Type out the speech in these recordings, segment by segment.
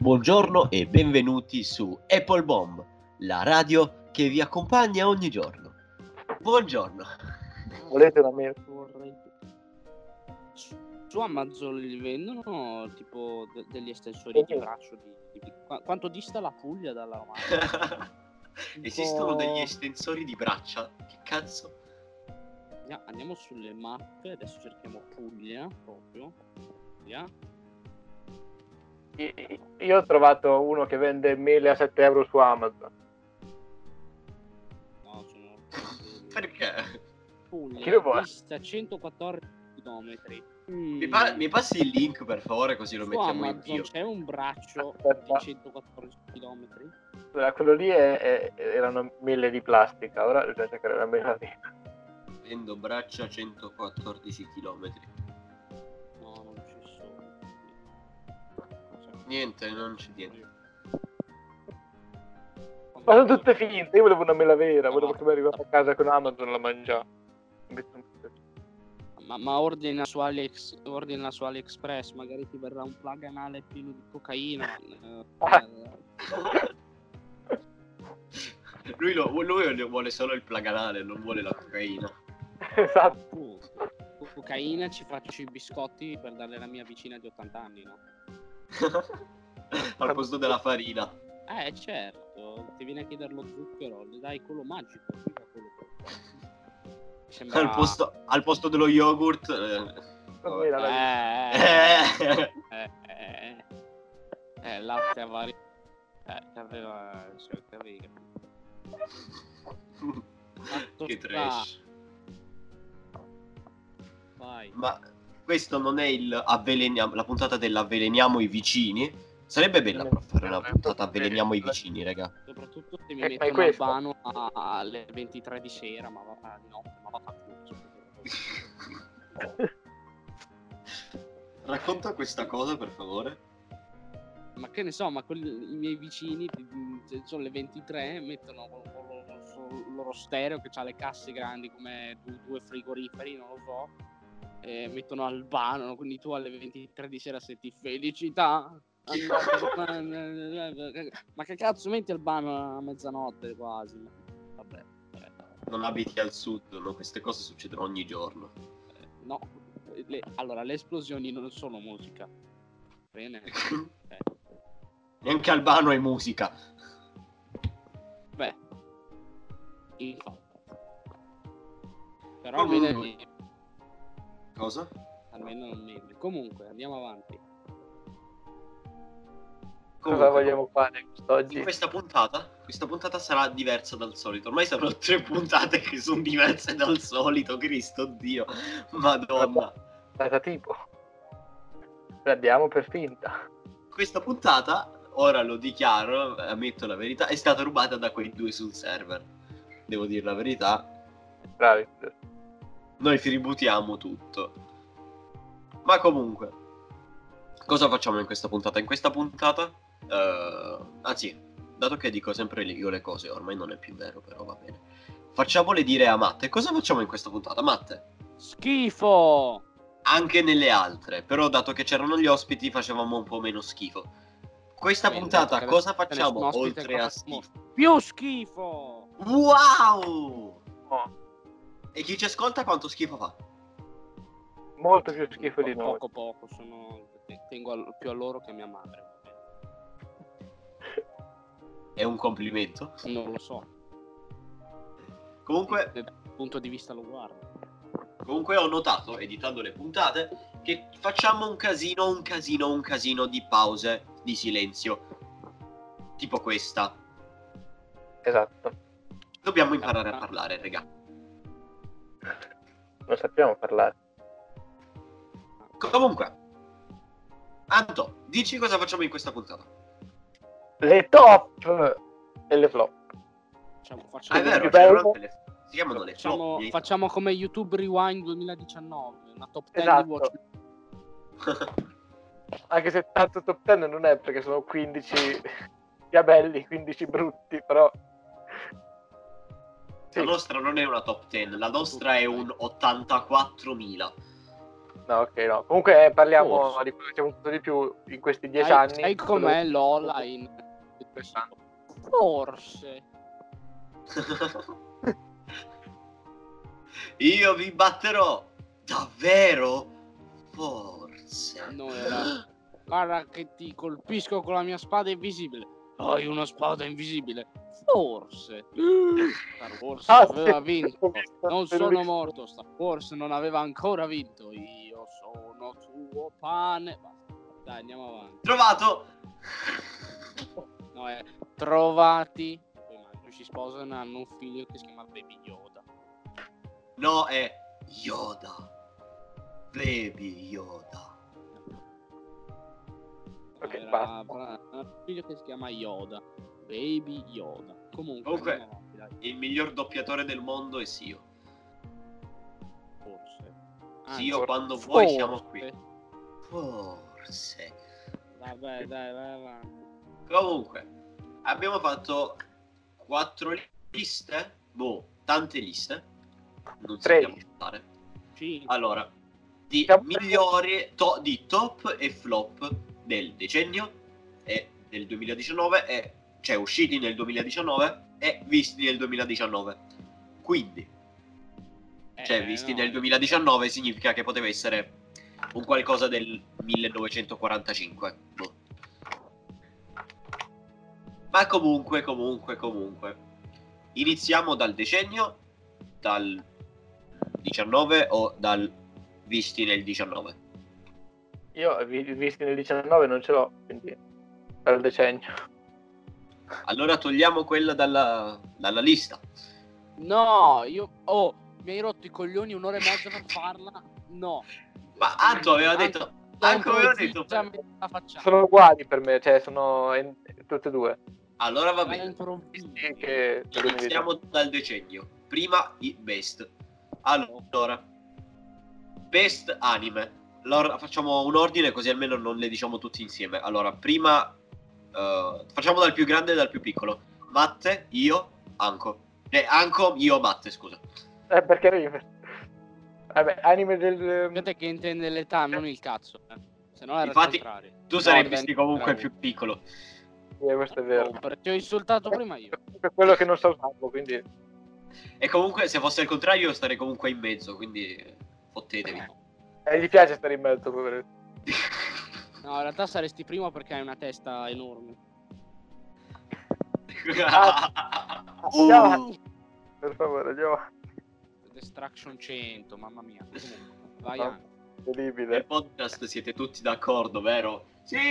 Buongiorno e benvenuti su Apple Bomb, la radio che vi accompagna ogni giorno. Buongiorno. Volete una mail? Su Amazon li vendono tipo degli estensori di braccio quanto dista la Puglia dalla Romagna? Esistono degli estensori di braccia? Che cazzo? Andiamo sulle mappe, adesso cerchiamo Puglia proprio. Puglia. Io ho trovato uno che vende mele a 7 euro su Amazon. No, sono Perché? Puglia dista 114 km. Mi passi il link per favore, così lo Su mettiamo Amazon in bio. c'è un braccio di 114 km. Quello lì erano mele di plastica, ora bisogna cercare la mela vera. Vendo braccia 114 km. No, non ci sono. Niente, non c'è niente. Ma sono tutte finte, io volevo una mela vera, volevo che mi arrivasse a casa con Amazon la mangiavo. Ma ordina su AliExpress, magari ti verrà un plug anale pieno di cocaina. Lui vuole solo il plug anale, non vuole la cocaina. Esatto. Cocaina, ci faccio i biscotti per darle alla mia vicina di 80 anni, no? Al posto della farina. Certo, ti viene a chiedere lo zucchero, le dai quello magico. Sembra... Al posto dello yogurt. Latte a vari. Che trash. Vai. Ma questo non è la puntata dell'avveleniamo i vicini? Sarebbe bella per fare una puntata avveleniamo i vicini, raga. Soprattutto se mi mettono al vano alle 23 di sera, ma va di notte, ma va fatto. Racconta questa cosa, per favore. Ma che ne so, ma i miei vicini sono le 23, mettono il loro stereo che ha le casse grandi come due frigoriferi, non lo so, e mettono al vano, quindi tu alle 23 di sera senti felicità. Ma che cazzo metti al vano a mezzanotte quasi? Vabbè. Non abiti al sud, no? Queste cose succedono ogni giorno. No, allora le esplosioni non sono musica. Bene. Neanche Albano è musica. Beh. Però almeno cosa? Almeno non meglio. Comunque, andiamo avanti. Cosa vogliamo fare quest'oggi? In questa puntata sarà diversa dal solito. Ormai saranno 3 puntate che sono diverse dal solito. Cristo Dio, Madonna. Cosa tipo? Andiamo per finta. Questa puntata, ora lo dichiaro, ammetto la verità, è stata rubata da quei 2 sul server. Devo dire la verità. Bravi. Noi tributiamo tutto. Ma comunque, cosa facciamo in questa puntata? In questa puntata, anzi, dato che dico sempre io le cose, ormai non è più vero, però va bene. Facciamole dire a Matte. Cosa facciamo in questa puntata, Matte? Schifo! Anche nelle altre, però dato che c'erano gli ospiti facevamo un po' meno schifo. Questa puntata cosa facciamo oltre a schifo? Più schifo! Wow! E chi ci ascolta quanto schifo fa? Molto più schifo di noi. Poco, tengo più a loro che a mia madre. È un complimento? Non lo so. Comunque, dal punto di vista lo guardo. Comunque ho notato, editando le puntate, che facciamo un casino di pause, di silenzio. Tipo questa. Esatto. Dobbiamo imparare a parlare, raga. Non sappiamo parlare. Comunque, Anto, dici cosa facciamo in questa puntata? Le top e le flop. È vero, c'erano anche si chiamano le flop. Facciamo come YouTube Rewind 2019, una top 10 esatto. di Watch. Anche se tanto top 10 non è, perché sono 15 belli, 15 brutti, però La nostra non è una top 10, la nostra è un 84.000. No, ok, no. Comunque parliamo Forse. di quello che ci ha avuto di più in questi 10 anni. Sai com'è Lola in... Quest'anno. Forse. Io vi batterò! Davvero? Forse. No, era... Guarda che ti colpisco con la mia spada invisibile. Hai una spada invisibile. Forse. Star Wars Ah, aveva sì. vinto. Non Ho sono visto. morto. Star Wars non aveva ancora vinto. Io sono tuo pane. Basta. Dai, andiamo avanti. Trovato! No, trovati. Poi Mario si sposano e hanno un figlio che si chiama Baby Yoda. No, è Yoda. Baby Yoda. Ok, Era basta. un figlio che si chiama Yoda. Baby Yoda. Comunque, andiamo avanti, dai. il miglior doppiatore del mondo è Sio. Forse. Sio, Forse. quando vuoi siamo qui. Forse. Vabbè, dai, vai avanti. Comunque, abbiamo fatto 4 liste. Boh, tante liste. Non 3 sappiamo fare. Sì. Allora, di Siamo- migliori di top e flop del decennio e del 2019 e cioè usciti nel 2019 e visti nel 2019. Quindi, cioè visti no. nel 2019 significa che poteva essere un qualcosa del 1945. Boh. Ma comunque. Iniziamo dal decennio, dal 19 o dal visti nel 19? Io visti nel 19 non ce l'ho, quindi dal decennio. Allora togliamo quella dalla lista. No, io... Oh, mi hai rotto i coglioni 1 ora e mezza per farla? No. Ma Anto aveva detto... Anche aveva detto... La facciamo. Sono uguali per me, cioè sono tutte e due. Allora va Ma bene. improvviso. Sì, che del 2019. Iniziamo dal decennio. Prima i best. Allora, best anime. Allora facciamo un ordine così almeno non le diciamo tutti insieme. Allora, prima facciamo dal più grande e dal più piccolo. Matte, io, Anko. Anko, io, Matte, scusa. Perché rime? Vabbè, anime del... Vedete che intende l'età, non il cazzo. Se no era Infatti, il contrario. tu No, saresti diventa comunque bravo. più piccolo. questo è vero. Oh, perché ti ho insultato prima io. Per quello che non so usarlo, quindi... E comunque, se fosse il contrario, io starei comunque in mezzo, quindi fottetevi. gli piace stare in mezzo, poveretto. No, in realtà saresti primo perché hai una testa enorme. Andiamo avanti. Per favore, andiamo avanti. Destruction 100, mamma mia. Comunque, vai No. avanti. Nel Incredibile. podcast siete tutti d'accordo, vero? Sì!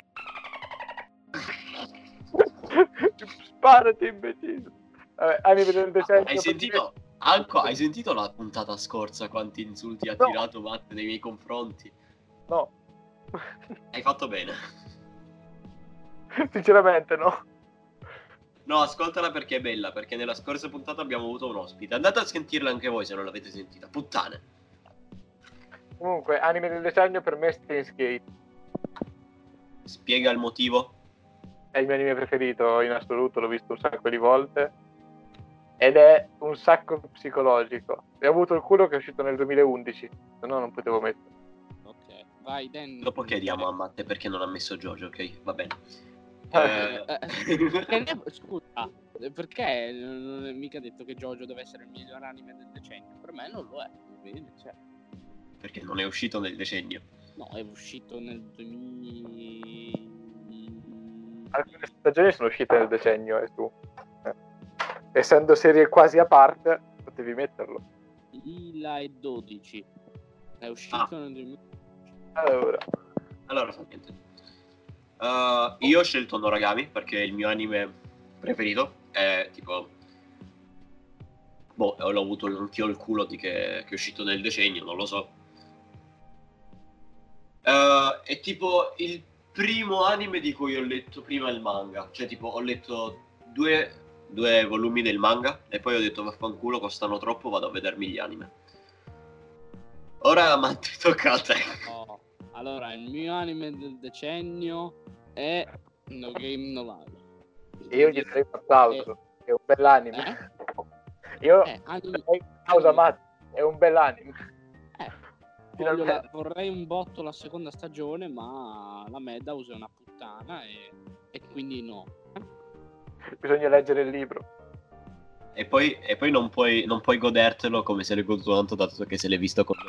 Sparati, imbecille. Vabbè, anime del decennio... Hai sentito? Anco, hai sentito la puntata scorsa quanti insulti ha No. tirato Matte nei miei confronti? No. Hai fatto bene. Sinceramente no. No, ascoltala perché è bella, perché nella scorsa puntata abbiamo avuto un ospite. Andate a sentirla anche voi se non l'avete sentita. Puttane. Comunque, anime del decennio per me è Steins Gate. Spiega il motivo. È il mio anime preferito in assoluto, l'ho visto un sacco di volte. Ed è un sacco psicologico. E ho avuto il culo che è uscito nel 2011, se no non potevo mettere. Ok, vai Dan. Dopo chiediamo a Matte perché non ha messo Jojo, ok? Va bene. Scusa, perché non è mica detto che JoJo deve essere il miglior anime del decennio? Per me non lo è. Bene, cioè. Perché non è uscito nel decennio. No, è uscito nel 2000. Alcune stagioni sono uscite nel decennio e tu, essendo serie quasi a parte, potevi metterlo. 2012. È uscito nel 2012. Allora, fa niente. Io ho scelto Noragami perché è il mio anime preferito. È tipo... Boh, l'ho avuto anch'io il culo di che è uscito nel decennio, non lo so. È tipo il primo anime di cui ho letto prima il manga. Cioè tipo ho letto due volumi del manga e poi ho detto vaffanculo, costano troppo, vado a vedermi gli anime. Ora Matte, tocca a te. Oh, allora, il mio anime del decennio è No Game No Life. io gli darei un applauso, è un bell'anime. Io anime... pausa Matt, è un bell'anime. Finalmente. Vorrei un botto la seconda stagione, ma la Madhouse è una puttana e quindi no. Bisogna leggere il libro. E poi non puoi godertelo come se l'hai goduto tanto, dato che se l'hai visto con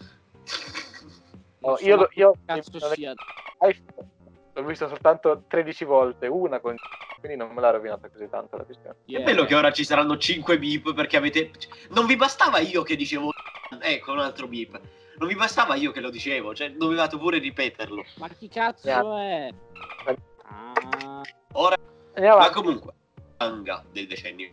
No, Non so io ma io- cazzo non è- sia. l'ho visto soltanto 13 volte, una con... quindi non me l'ha rovinata così tanto la questione. È bello che ora ci saranno 5 beep perché avete... Non vi bastava io che dicevo... Ecco, un altro beep. Non vi bastava io che lo dicevo, cioè dovevate pure ripeterlo. Ma chi cazzo è? Ah, Ora... Andiamo Ma avanti. comunque, manga del decennio.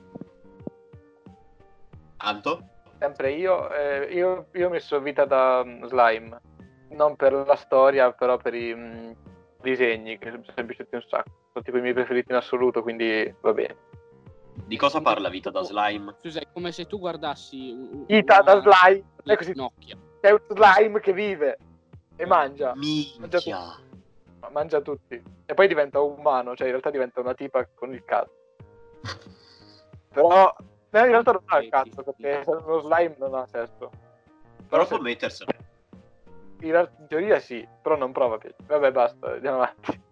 Anto? Sempre io ho messo Vita da Slime, non per la storia, però per i disegni, che sono sempre piaciuti un sacco. Sono tipo i miei preferiti in assoluto, quindi va bene. Di cosa parla Vita da Slime? scusa, è come se tu guardassi Vita da Slime, è così. Pinocchio. C'è un slime che vive e mangia Minchia. mangia tutti. E poi diventa umano, cioè in realtà diventa una tipa con il cazzo. Però in realtà non ha il cazzo, perché lo slime non ha sesso. Però può metterselo. In teoria sì, però non prova più. Vabbè, basta, andiamo avanti.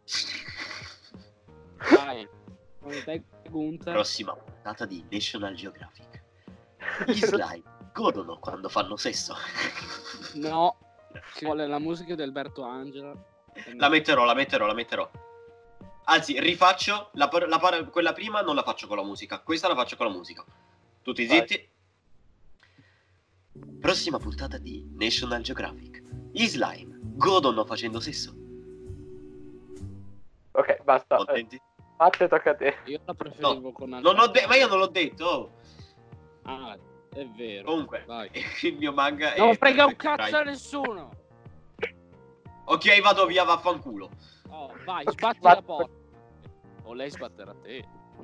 Vai. Gunther. Prossima puntata di National Geographic. Gli slime godono quando fanno sesso. No, ci vuole la musica di Alberto Angela. La metterò. Anzi, rifaccio quella prima non la faccio con la musica, questa la faccio con la musica. Tutti Vai. zitti. Prossima puntata di National Geographic. Gli slime godono facendo sesso. Ok, basta. Contenti? Matte, tocca a te. Io la preferivo con Non ho ma io non l'ho detto. Oh. Ah, è vero. Comunque, Vai. il mio manga Non è frega un Perfect cazzo a Crime. nessuno. Ok, vado via, vaffanculo. Oh, vai, sbatti Sbatti. la porta. O lei sbatterà te.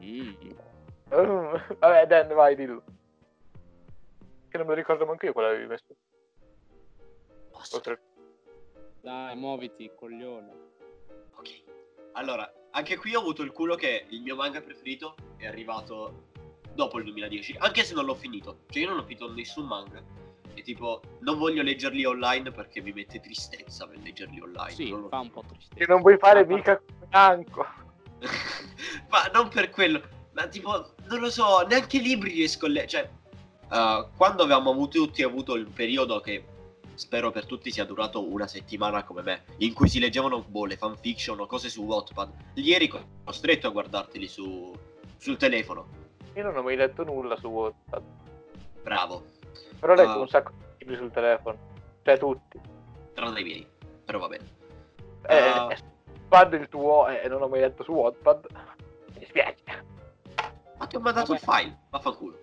Vabbè, Dan, vai, dillo. Che non me lo ricordo manco io quella avevi messo. Oltre- Dai, muoviti, coglione. Ok. Allora, anche qui ho avuto il culo che il mio manga preferito è arrivato dopo il 2010, anche se non l'ho finito. Cioè io non ho finito nessun manga. E tipo, non voglio leggerli online perché mi mette tristezza per leggerli online. Sì, Non lo- fa un po' triste. Che non vuoi fare mica bianco. Ma non per quello. Ma tipo, non lo so, neanche i libri riesco a leggere. Cioè, quando avevamo tutti avuto il periodo che spero per tutti sia durato una settimana come me, in cui si leggevano le fanfiction o cose su Wattpad, lì eri costretto a guardarteli sul telefono. Io non ho mai letto nulla su Wattpad. Bravo. Però ho letto un sacco di libri sul telefono. Cioè tutti. Tranne i miei. Però va bene. Wattpad il tuo e non ho mai letto su Wattpad. Mi dispiace. Ma ti ho mandato il Vabbè. file. Vaffanculo.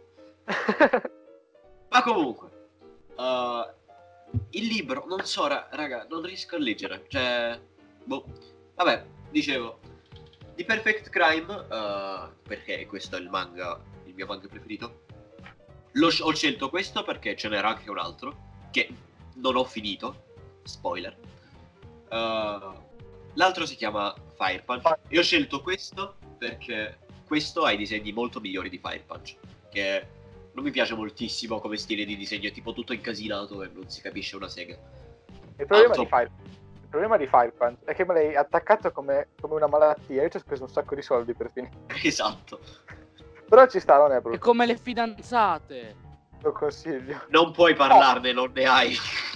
Ma comunque. Il libro, non so, raga, non riesco a leggere. Cioè, boh. Vabbè, dicevo. Di Perfect Crime, perché questo è il mio manga preferito. Ho scelto questo perché ce n'era anche un altro che non ho finito. Spoiler. L'altro si chiama Fire Punch. E ho scelto questo perché questo ha i disegni molto migliori di Fire Punch. Che non mi piace moltissimo come stile di disegno, è tipo tutto incasinato e non si capisce una sega. Il problema di Fire Punch è che me l'hai attaccato come una malattia. Io ci ho speso un sacco di soldi per finire. Esatto. Però ci sta, non è È brutto. come le fidanzate. Lo consiglio. Non puoi parlarne, non ne hai.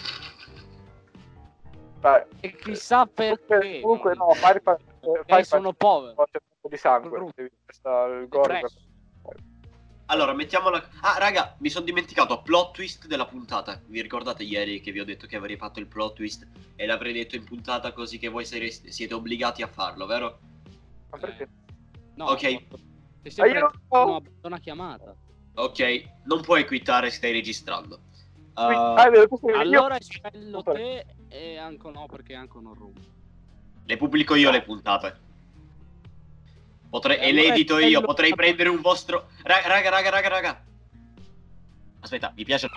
Vai. E chissà perché. Comunque no, Fire Punch. Sono povero. C'è un po' di sangue. Brutto. Devi stare il gore. Depresso. Allora, mettiamola. Ah, raga, mi sono dimenticato. Plot twist della puntata. Vi ricordate ieri che vi ho detto che avrei fatto il plot twist e l'avrei detto in puntata così che voi siete obbligati a farlo, vero? Ma perché? No, Ok. sei sempre Aiuto! no, una chiamata. Ok, non puoi quittare, stai registrando. Allora espello te e anche no, perché anche non rubo. Le pubblico io le puntate. E le Allora edito io, espello- potrei prendere un vostro... Raga. Aspetta, mi piace...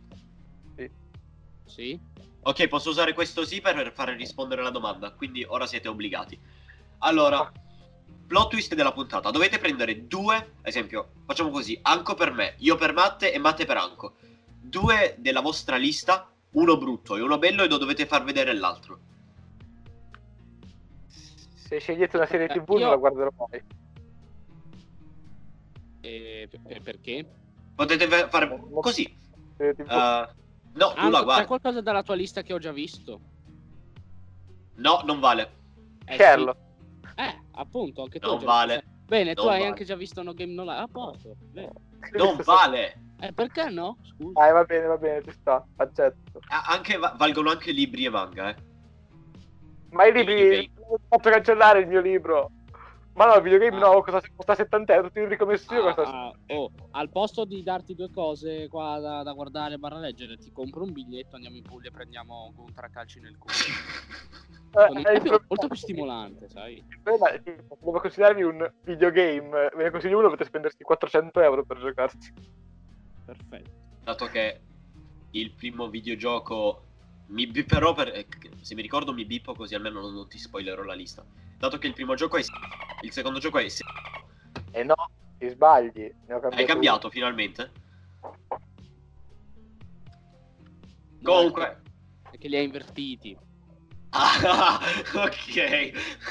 Sì? Ok, posso usare questo sì per fare rispondere alla domanda, quindi ora siete obbligati. Allora, plot twist della puntata. Dovete prendere due, ad esempio, facciamo così, Anco per me, io per Matte e Matte per Anco. Due della vostra lista uno brutto e uno bello e lo dovete far vedere l'altro. Se scegliete una serie TV Io- non la guarderò mai. Perché? Potete fare così. Serie TV. No, tu la Anche, c'è guardi. qualcosa dalla tua lista che ho già visto? No, non vale. Sherlock. Sì. Appunto, anche tu Non hai già vale. visto. Bene, tu Non hai vale. anche già visto No Game No Life. A posto. Bene. Non vale. Perché no? Scusa. Va bene, ci sta, accetto. Valgono anche libri e manga, eh. Ma i libri, ho fatto cancellare il mio libro. Ma no, il videogame no, costa 70 euro, tutti i libri come io costa... Al posto di darti due cose qua da guardare barra leggere, ti compro un biglietto, andiamo in Puglia e prendiamo un calci nel culo. È molto più stimolante, sai? Il problema è che devo considerarvi un videogame, ve ne consiglio uno, dovete spendersi 400 euro per giocarci. Perfetto. Dato che il primo videogioco mi bipperò se mi ricordo mi bippo così almeno non ti spoilerò la lista. Dato che il primo gioco è il secondo gioco è No, ti sbagli. Ne ho cambiato hai cambiato uno. finalmente? No, Comunque è che li hai invertiti. ok.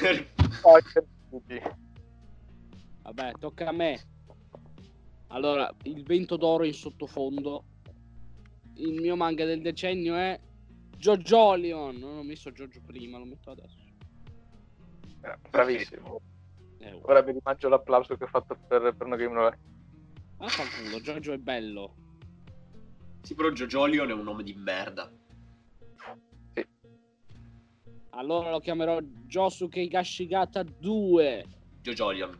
Vabbè, tocca a me. Allora, il vento d'oro in sottofondo. Il mio manga del decennio è JoJolion. Non ho messo Jojo prima, lo metto adesso. Bravissimo. Ora mi rimangio l'applauso che ho fatto per No Game No Life. Ah, fanculo, Jojo è bello. Sì, però JoJolion è un nome di merda. Sì. Allora lo chiamerò Josuke Higashigata 2. JoJolion.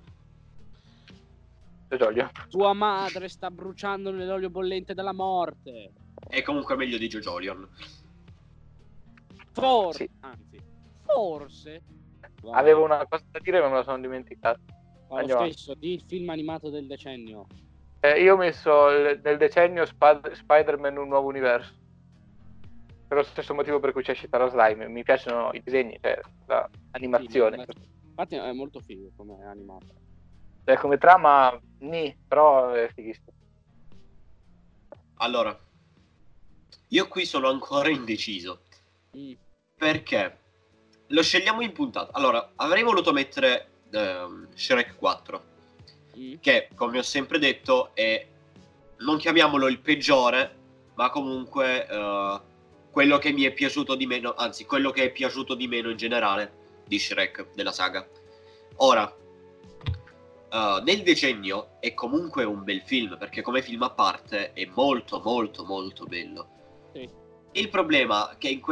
Tua madre sta bruciando nell'olio bollente della morte. È comunque meglio di JoJolion. Forse, Sì. anzi, forse. Vai. Avevo una cosa da dire ma me la sono dimenticata. Fa lo stesso, di il film animato del decennio. Io ho messo nel decennio Spider-Man Un Nuovo Universo. Per lo stesso motivo per cui c'è uscita la slime. Mi piacciono i disegni, cioè l'animazione. Sì, infatti è molto figo come è animato. Come trama, però è fighissimo. Allora, io qui sono ancora indeciso. Perché lo scegliamo in puntata. Allora, avrei voluto mettere Shrek 4. Che, come ho sempre detto, è, non chiamiamolo il peggiore, ma comunque quello che mi è piaciuto di meno, anzi, quello che è piaciuto di meno in generale di Shrek, della saga. Ora, nel decennio è comunque un bel film, perché come film a parte è molto molto molto bello. Sì. Il problema è che in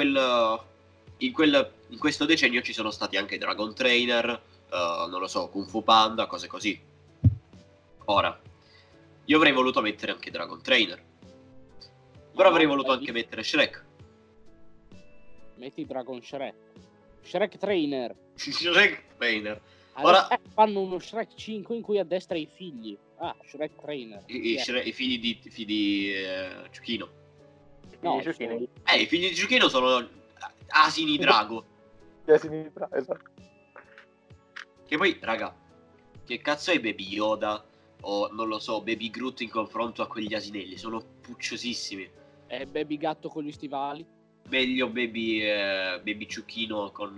questo decennio ci sono stati anche Dragon Trainer, non lo so, Kung Fu Panda, cose così. Ora, io avrei voluto mettere anche Dragon Trainer, però avrei voluto anche mettere Shrek. Metti Dragon Shrek. Shrek Trainer. Shrek Trainer. Ora fanno uno Shrek 5 in cui addestra i figli. Shrek Trainer. I figli di Ciuchino. No, i figli di Ciuchino sono asini drago. Gli asini di drago, esatto. Che poi, raga, che cazzo è Baby Yoda o non lo so, Baby Groot in confronto a quegli asinelli? Sono pucciosissimi. È Baby Gatto con gli stivali. Meglio Baby Ciuchino con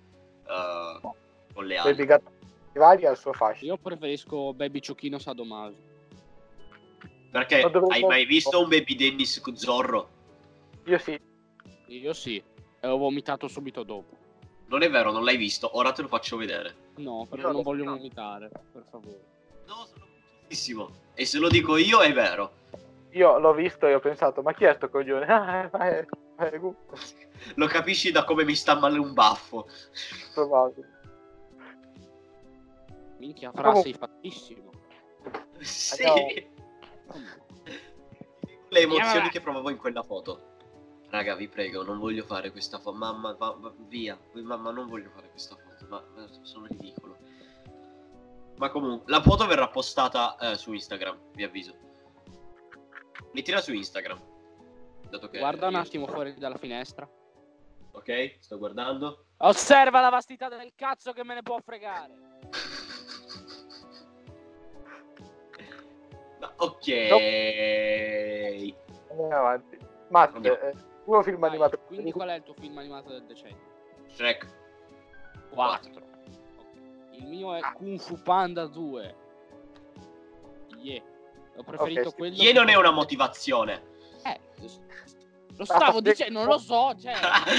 le ali. Baby Gatto con gli stivali al suo fascio. Io preferisco Baby Ciuchino Sadomaso. Perché hai mai visto un Baby Dennis con Zorro? Io sì. Io sì. E ho vomitato subito dopo. Non è vero, non l'hai visto, ora te lo faccio vedere. No, perché non voglio vomitare, per favore. No, sono bellissimo. E se lo dico io è vero. Io l'ho visto e ho pensato, ma chi è sto coglione? Lo capisci da come mi sta male un baffo. Probabile. Minchia, Fra, sei fattissimo. Sì. Andiamo. Le emozioni che provavo in quella foto. Raga, vi prego, non voglio fare questa foto. Mamma, via. Mamma, non voglio fare questa foto. Ma sono ridicolo. Ma comunque, la foto verrà postata su Instagram, vi avviso. Mettila su Instagram. Dato che Guarda un attimo fuori dalla finestra. Ok, sto guardando. Osserva la vastità del cazzo che me ne può fregare. Ok. Andiamo avanti. Matt, tuo film Vai, animato quindi preferito? qual è il tuo film animato del decennio? Shrek. 4. Il mio è Kung Fu Panda 2. Yeah. Ho preferito sì. quello. Ye non è una motivazione. Lo stavo sì. dicendo, non lo so, cioè.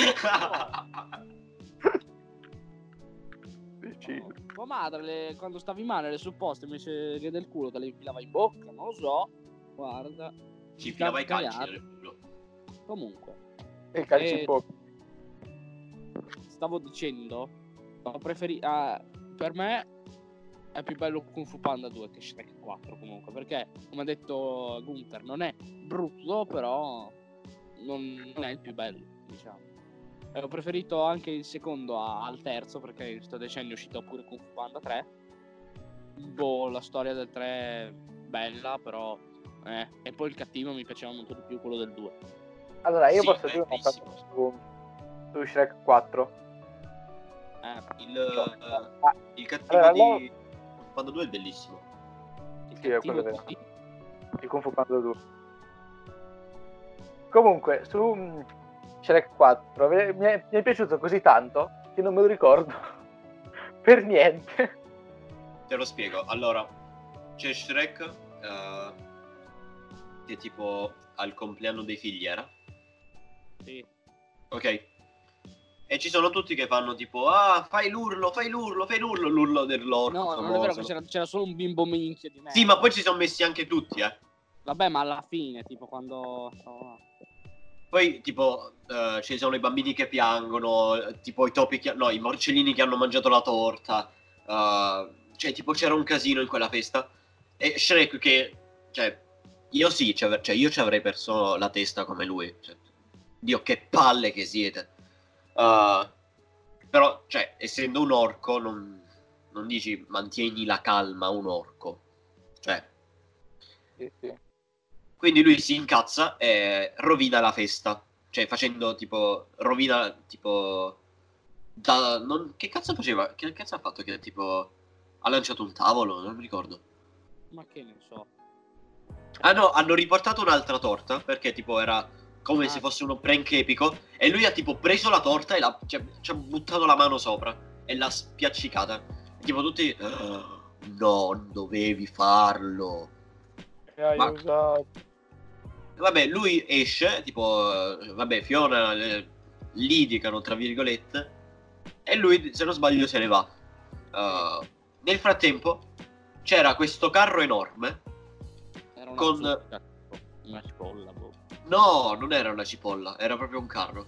Vicino. Tua madre, quando stavi male, le supposte invece che del culo te le infilava in bocca, non lo so. Guarda. Ci filava i calci Cagate. nel culo. Comunque. E il calcio in bocca. Stavo dicendo, per me è più bello Kung Fu Panda 2 che Shrek 4 comunque, perché come ha detto Gunther non è brutto, però non è il più bello, diciamo. E ho preferito anche il secondo al terzo, perché in questo decennio è uscito pure Kung Fu Panda 3. Boh, la storia del 3 è bella, però e poi il cattivo mi piaceva molto di più quello del 2. Allora, io Sì, posso dire una cosa su Shrek 4. Il cattivo allora, di Panda 2 è bellissimo. Il Sì, è cattivo quello di- Il Kung Fu Panda 2. Comunque, su Shrek 4 mi è piaciuto così tanto che non me lo ricordo per niente. Te lo spiego. Allora, c'è Shrek che tipo al compleanno dei figli era. Sì. Ok. E ci sono tutti che fanno tipo fai l'urlo, l'urlo dell'orco No, non è vero, che c'era solo un bimbo minchia di me. Sì, ma poi ci sono messi anche tutti, Vabbè, ma alla fine, tipo quando... Poi tipo ci sono i bambini che piangono, tipo i topi no, i morcellini che hanno mangiato la torta. Cioè tipo c'era un casino in quella festa. E Shrek che, cioè, io sì, cioè io ci avrei perso la testa come lui. Cioè, Dio, che palle che siete. Però, cioè, essendo un orco, non dici mantieni la calma a un orco. Cioè, Sì. quindi lui si incazza e rovina la festa. Cioè, facendo tipo. Rovina tipo. Che cazzo faceva? Che cazzo ha fatto? Che tipo. Ha lanciato un tavolo? Non mi ricordo. Ma che ne so. Ah no, hanno riportato un'altra torta. Perché tipo era come se fosse uno prank epico. E lui ha tipo preso la torta e ci ha buttato la mano sopra. E l'ha spiaccicata. E tipo tutti. Non dovevi farlo. Mi hai Ma- usato. Vabbè, lui esce, tipo, vabbè, Fiona litigano, tra virgolette, e lui, se non sbaglio, se ne va. Nel frattempo, c'era questo carro enorme. Era una Con- zucca, una cipolla, boh. No, non era una cipolla, era proprio un carro.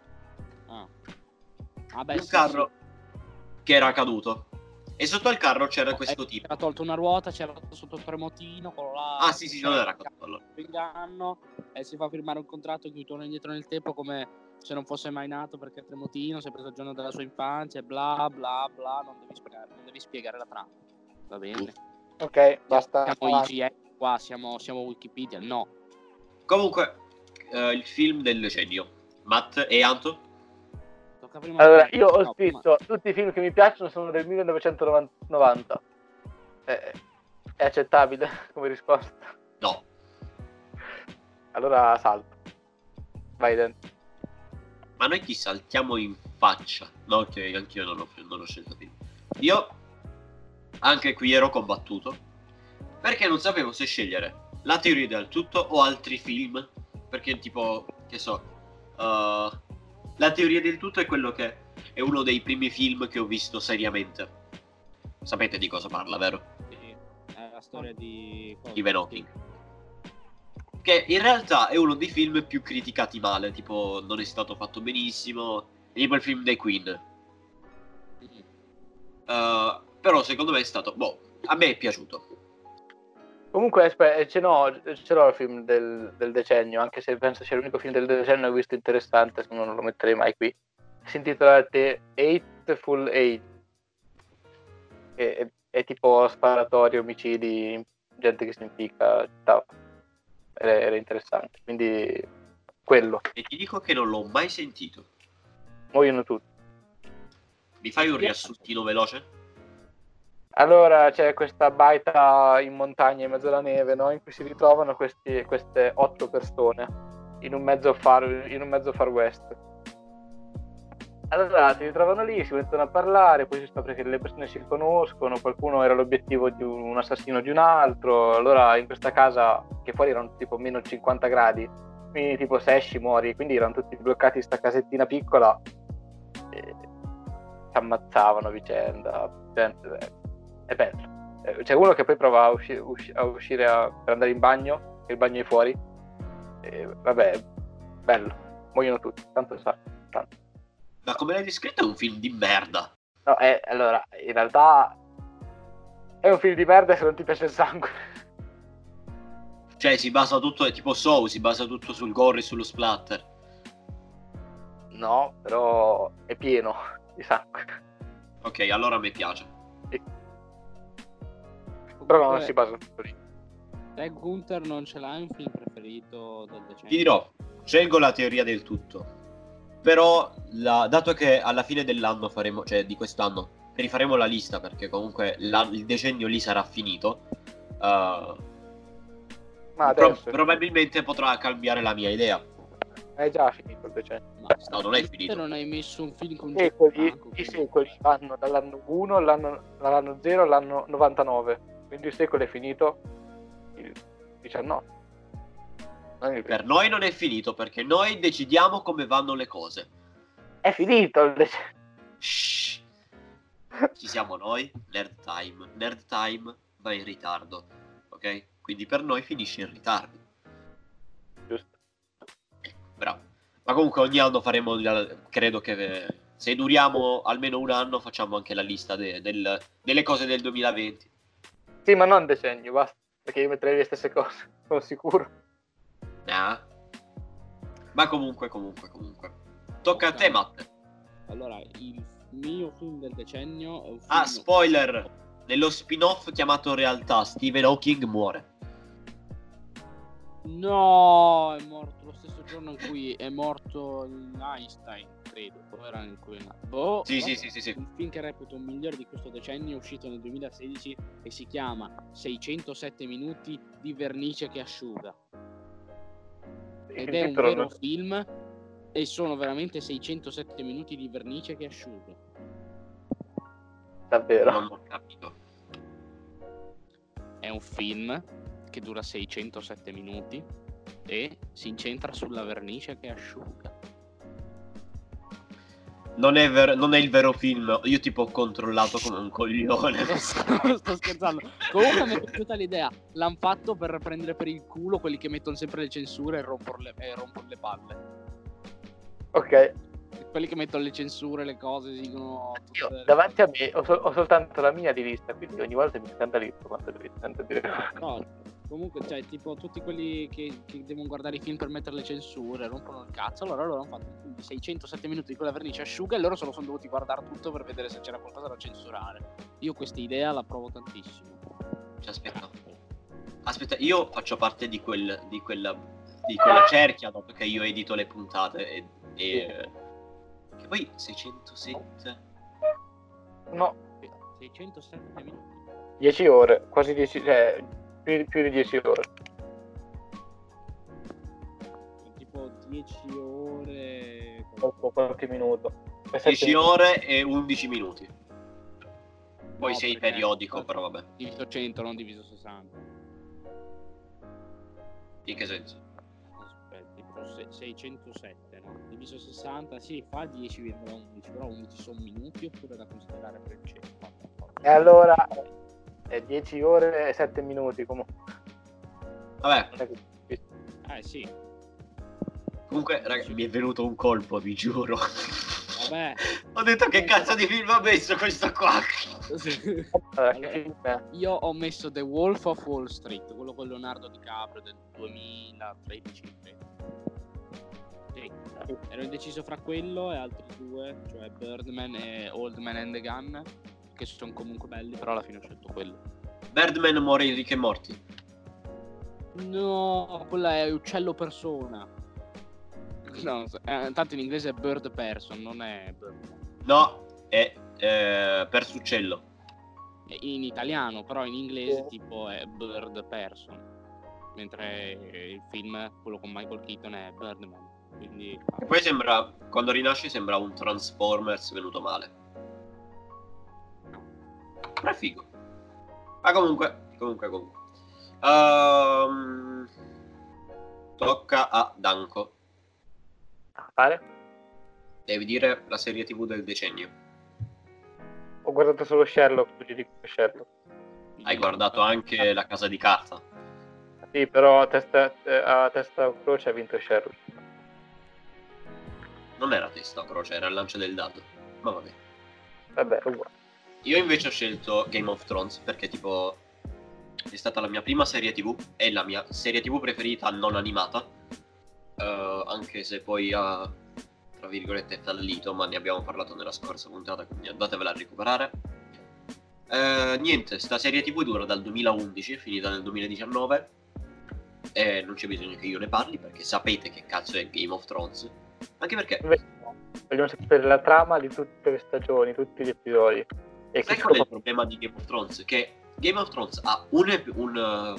Vabbè, Un sì, carro che era caduto. E sotto al carro c'era questo tipo. Era tolto una ruota, c'era sotto il tremotino, quello là. Ah, sì, non era caduto allora. Inganno, e si fa firmare un contratto in cui torna indietro nel tempo come se non fosse mai nato, perché Tremotino si è preso il giorno della sua infanzia e bla bla bla. Non devi spiegare la trama. Va bene. Ok, basta. Siamo IGN qua, siamo Wikipedia. No. Comunque, il film del decennio. Matt e Anto? Tocca prima Allora, a te. io ho No, scritto tutti i film che mi piacciono sono del 1990. È accettabile come risposta? No. Allora salto. Vai, Dan. Ma noi ti saltiamo in faccia. No, ok, anch'io non ho scelto film. Io anche qui ero combattuto perché non sapevo se scegliere La teoria del tutto o altri film. Perché tipo, che so, La teoria del tutto è quello che è uno dei primi film che ho visto seriamente. Sapete di cosa parla, vero? sì, è la storia di Stephen Hawking. Che in realtà è uno dei film più criticati male, tipo non è stato fatto benissimo, è tipo il film dei Queen. Però secondo me è stato, a me è piaciuto. Comunque, aspetta, ce l'ho il film del decennio, anche se penso sia l'unico film del decennio che ho visto interessante, se non lo metterei mai qui. Si intitola The Eightful Eight. È tipo sparatori, omicidi, gente che si impicca, era interessante, quindi quello. E ti dico che non l'ho mai sentito. Muoiono tutti. Mi fai un riassuntino veloce? Allora c'è questa baita in montagna in mezzo alla neve, no? In cui si ritrovano queste 8 persone in un mezzo far west. Allora si ritrovano lì, si mettono a parlare, poi si scopre che le persone si conoscono, qualcuno era l'obiettivo di un assassino di un altro. Allora in questa casa, che fuori erano tipo meno 50 gradi, quindi tipo se esci muori, quindi erano tutti bloccati in sta casettina piccola e si ammazzavano a vicenda. È bello. C'è uno che poi prova a uscire per andare in bagno, che il bagno è fuori, e vabbè, bello, muoiono tutti, tanto sa, tanto. Ma come l'hai descritto è un film di merda. No, allora, in realtà è un film di merda se non ti piace il sangue. Cioè si basa tutto, è tipo Saw, si basa tutto sul gore e sullo splatter. No, però è pieno di sangue. Ok, allora a me piace. Però non si basa tutto lì. Te Gunther non ce l'hai un film preferito del decennio? Ti dirò, scelgo la teoria del tutto. Però, dato che alla fine dell'anno faremo, cioè di quest'anno, rifaremo la lista perché comunque il decennio lì sarà finito. Ma adesso Probabilmente potrà cambiare la mia idea. è già finito il decennio. No, non è finito. Non hai messo un film con I secoli vanno dall'anno 1 all'anno 0 all'anno 99. Quindi il secolo è finito il 19. Per noi non è finito perché noi decidiamo come vanno le cose. È finito il decennio. Shh. Ci siamo noi, Nerd Time va in ritardo, ok? Quindi per noi finisce in ritardo. Giusto. Bravo. Ma comunque ogni anno faremo, credo che se duriamo almeno un anno facciamo anche la lista delle cose del 2020. Sì, ma non decennio, basta, perché io metterei le stesse cose, sono sicuro. Nah. Ma comunque. Tocca a te, Matt. Allora, il mio film del decennio è un film... Ah, spoiler! Nello spin-off chiamato Realtà, Stephen Hawking muore. No, è morto lo stesso giorno in cui è morto Einstein, credo. Era in cui... Sì. Il film che reputo un migliore di questo decennio è uscito nel 2016 e si chiama 607 minuti di vernice che asciuga. Ed è un vero film e sono veramente 607 minuti di vernice che asciuga. Davvero? Non ho capito. È un film che dura 607 minuti e si incentra sulla vernice che asciuga. Non è il vero film. Io tipo ho controllato come un coglione. Sto scherzando. Comunque mi è piaciuta l'idea. L'hanno fatto per prendere per il culo quelli che mettono sempre le censure e rompono le palle. Ok. Quelli che mettono le censure, le cose, dicono... Io davanti a me ho soltanto la mia di lista, quindi ogni volta mi scandalizzo quando devi sento dire. No, comunque, cioè, tipo, tutti quelli che devono guardare i film per mettere le censure, rompono il cazzo, allora loro hanno fatto un film di 607 minuti di quella vernice asciuga e loro se lo sono dovuti guardare tutto per vedere se c'era qualcosa da censurare. Io questa idea la provo tantissimo. Aspetta, io faccio parte di quella cerchia dopo che io edito le puntate e che poi 607 No, 607 minuti 10 ore, quasi 10, cioè più di 10 ore. tipo 10 ore Qualche minuto. 10 ore e 11 minuti. Poi No, sei perché- periodico, però vabbè. diviso 100, non diviso 60. In che senso? Aspetta, tipo 607, no? Diviso 60, sì, fa 10,11, però 11 sono minuti oppure da considerare per il 100. E allora è 10 ore e 7 minuti comunque. Vabbè, Sì. comunque, ragazzi, mi è venuto un colpo, vi giuro. Vabbè. Ho detto che cazzo di film ha messo questo qua? Allora, che film è? Io ho messo The Wolf of Wall Street, quello con Leonardo DiCaprio del 2013, credo. Sì. Ero indeciso fra quello e altri due, cioè Birdman e Old Man and the Gun, che sono comunque belli, però alla fine ho scelto quello. Birdman muore in Rick e Morty. No, quella è Uccello Persona. No, tanto in inglese è Bird Person, non è Birdman. No, è Persuccello. In italiano, però in inglese tipo è Bird Person. mentre il film, quello con Michael Keaton, è Birdman. Quindi E poi sembra, quando rinasce sembra un Transformers venuto male. Però è figo. Ma comunque. Tocca a Danko. Fare? Devi dire la serie TV del decennio. Ho guardato solo Sherlock, tu ci dico Sherlock. Hai guardato anche La Casa di Carta. Sì, però a testa croce ha vinto Sherlock. Non era testa o croce, era il lancio del dado. Ma vabbè. Vabbè, uguale. Io invece ho scelto Game of Thrones perché tipo è stata la mia prima serie TV e la mia serie TV preferita non animata. Anche se poi ha, tra virgolette, fallito, ma ne abbiamo parlato nella scorsa puntata, quindi andatevela a recuperare. Niente, sta serie TV dura dal 2011, è finita nel 2019 e non c'è bisogno che io ne parli perché sapete che cazzo è Game of Thrones. Anche perché Vogliamo sapere la trama di tutte le stagioni, tutti gli episodi. E sai qual è il problema di Game of Thrones? Che Game of Thrones ha un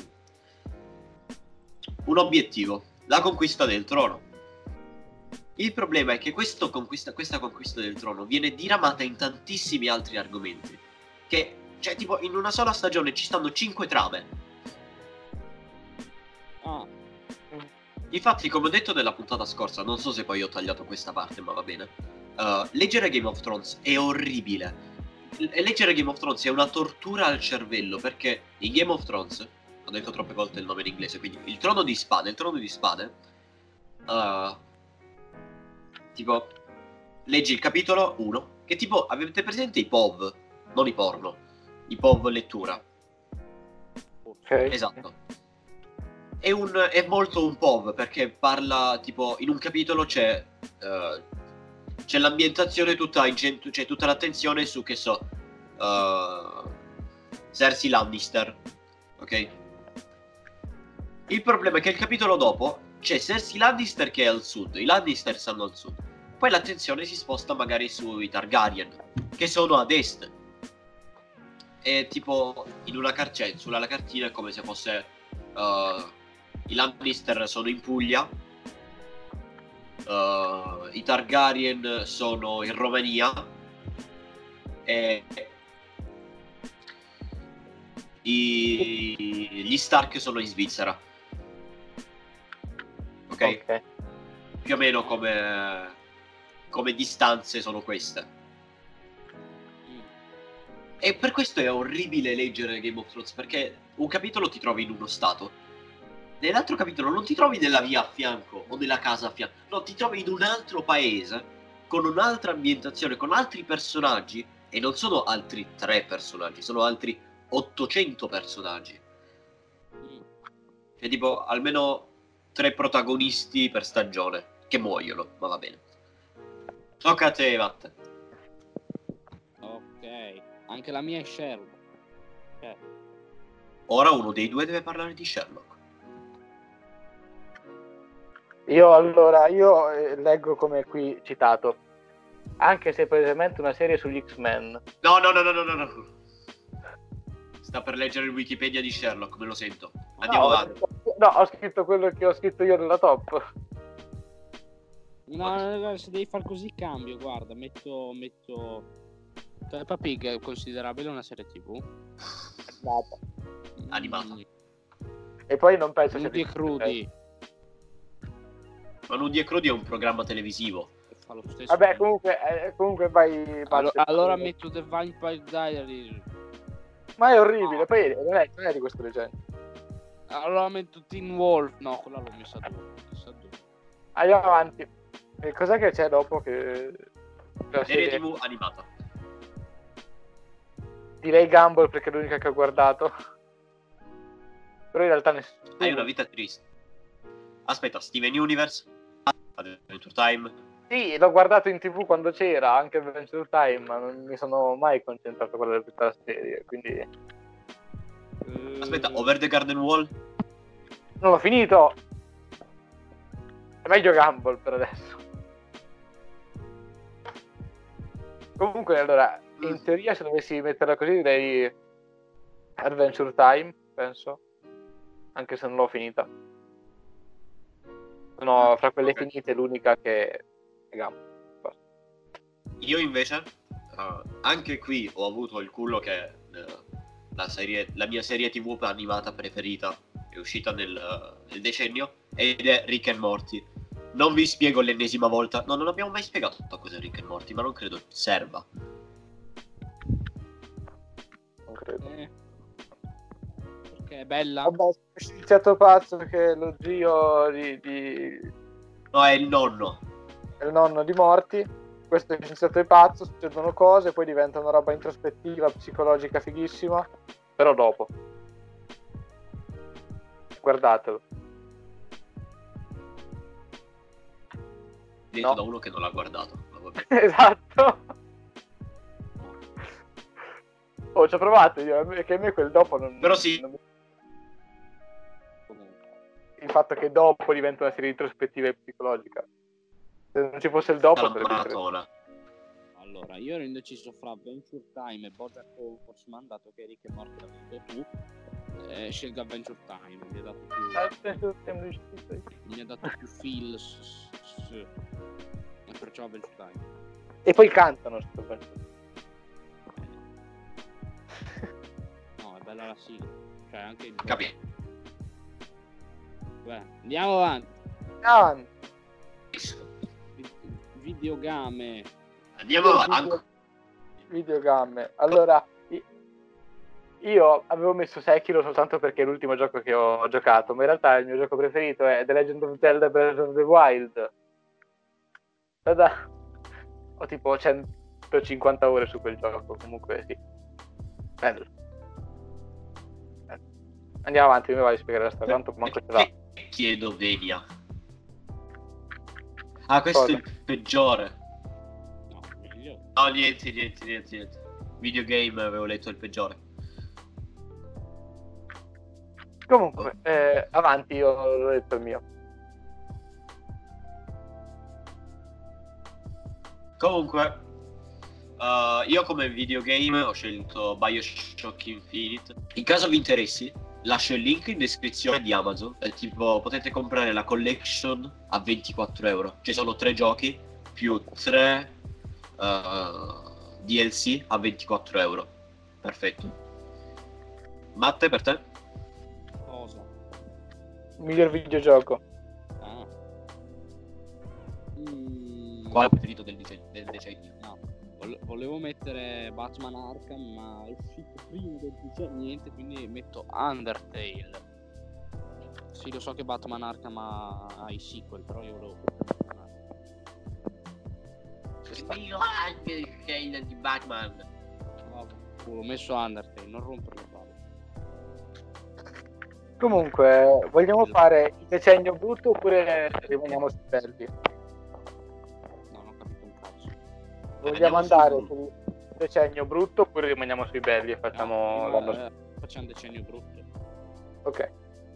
obiettivo, la conquista del trono. Il problema è che questa conquista del trono viene diramata in tantissimi altri argomenti. Che, cioè, tipo, in una sola stagione ci stanno 5 trame. Infatti, come ho detto nella puntata scorsa, non so se poi ho tagliato questa parte, ma va bene. Leggere Game of Thrones è orribile. Leggere Game of Thrones è una tortura al cervello, perché in Game of Thrones, ho detto troppe volte il nome in inglese, quindi il trono di spade, tipo, leggi il capitolo 1, che tipo, avete presente i POV? Non i porno, i POV lettura. Ok. Esatto. È molto un POV, perché parla, tipo, in un capitolo c'è l'ambientazione tutta c'è tutta l'attenzione su, che so, Cersei Lannister, ok? Il problema è che il capitolo dopo c'è Cersei Lannister che è al sud, i Lannister stanno al sud. Poi l'attenzione si sposta magari sui Targaryen, che sono ad est. E tipo, in una sulla cartina è come se fosse i Lannister sono in Puglia, i Targaryen sono in Romania e gli Stark sono in Svizzera. Ok? Più o meno come distanze sono queste. E per questo è orribile leggere Game of Thrones, perché un capitolo ti trovi in uno stato, nell'altro capitolo non ti trovi nella via a fianco o nella casa a fianco, no, ti trovi in un altro paese con un'altra ambientazione, con altri personaggi, e non sono altri 3 personaggi, sono altri 800 personaggi. Cioè tipo almeno 3 protagonisti per stagione che muoiono, ma va bene. Tocca a te, Matt. Ok, anche la mia è Sherlock. Ora uno dei due deve parlare di Sherlock. Io leggo come qui citato, anche se praticamente una serie sugli X-Men. No. Sta per leggere il Wikipedia di Sherlock, me lo sento. Andiamo avanti. No, ho scritto quello che ho scritto io nella top. No, se devi far così cambio, guarda, metto Peppa Pig è considerabile una serie TV? Animata. E poi non penso Nudi e crudi. Ma Nudi e crudi è un programma televisivo. Fa lo stesso. Vabbè, comunque vai. Allora metto The Vampire Diaries. Ma è orribile, poi non è di questo leggendo. Allora metto Teen Wolf. No, quella l'ho messa a due. Andiamo avanti. E cos'è che c'è dopo che... Serie TV animata. Direi Gumball perché è l'unica che ho guardato. Però in realtà nessuno. Hai una vita triste. Aspetta, Steven Universe, Adventure Time. Sì, l'ho guardato in TV quando c'era, anche Adventure Time, ma non mi sono mai concentrato a guardare tutta la serie, quindi... Aspetta, Over the Garden Wall? Non l'ho finito! È meglio Gumball per adesso. Comunque, allora, in teoria se dovessi metterla così direi Adventure Time, penso. anche se non l'ho finita. Sono fra quelle Ok. finite l'unica che è gamba. Basta. Io invece, anche qui ho avuto il culo che la mia serie TV animata preferita è uscita nel decennio ed è Rick and Morty. Non vi spiego l'ennesima volta, no, non abbiamo mai spiegato cos'è Rick and Morty, ma non credo serva. Non credo. Perché è bella. Vabbè, scienziato pazzo che è lo zio di No, è il nonno. è il nonno di Morty. Questo scienziato è pazzo, succedono cose, poi diventa una roba introspettiva, psicologica fighissima, però dopo. Guardatelo. Detto No. da uno che non l'ha guardato. Ma vabbè. Esatto. Oh, ci ho provato io, che a me quel dopo non... Però sì. non- Il fatto che dopo diventa una serie introspettiva e psicologica. Se non ci fosse il dopo La sarebbe interessante. maratona. Allora, io ero indeciso fra Adventure Time e BoJack Horseman, dato che Rick e Morty l'hai detto tu. Scelgo Adventure Time, mi ha dato più feels. E perciò Adventure Time. E poi cantano sto pezzo. No, è bella la sigla. Cioè, anche il... Capito. Beh, andiamo avanti. Ah, Videogame. Andiamo avanti. Videogame. Allora, io avevo messo Sekiro soltanto perché è l'ultimo gioco che ho giocato, ma in realtà il mio gioco preferito è The Legend of Zelda Breath of the Wild. Ho tipo 150 ore su quel gioco, comunque sì. Bello. Andiamo avanti, mi vai a spiegare la storia, tanto manco ce l'ha. Chiedo Venia. Ah, questo Cosa? è il peggiore. No, meglio. No, niente. Videogame avevo letto il peggiore. Comunque, avanti, io l'ho detto il mio. Comunque, io come videogame ho scelto BioShock Infinite. In caso vi interessi, lascio il link in descrizione di Amazon. Tipo, potete comprare la collection a 24 euro. Ci sono 3 giochi più 3 DLC a 24 euro. Perfetto. Matte, per te? Cosa? Miglior videogioco. Ah. Qual è il preferito del decennio? No, volevo mettere Batman Arkham, ma è uscito prima del decennio, niente, quindi metto Undertale. Sì, lo so che Batman Arkham ha i sequel, però io volevo... Io anche il trailer di Batman. Ho messo Undertale, non rompere le palle. Comunque, vogliamo fare il decennio brutto oppure rimaniamo sui belli? No, non ho capito un cazzo. Vogliamo Andiamo andare sul- sul decennio brutto oppure rimaniamo sui belli e facciamo No, l'anno prima, facciamo decennio brutto. Ok.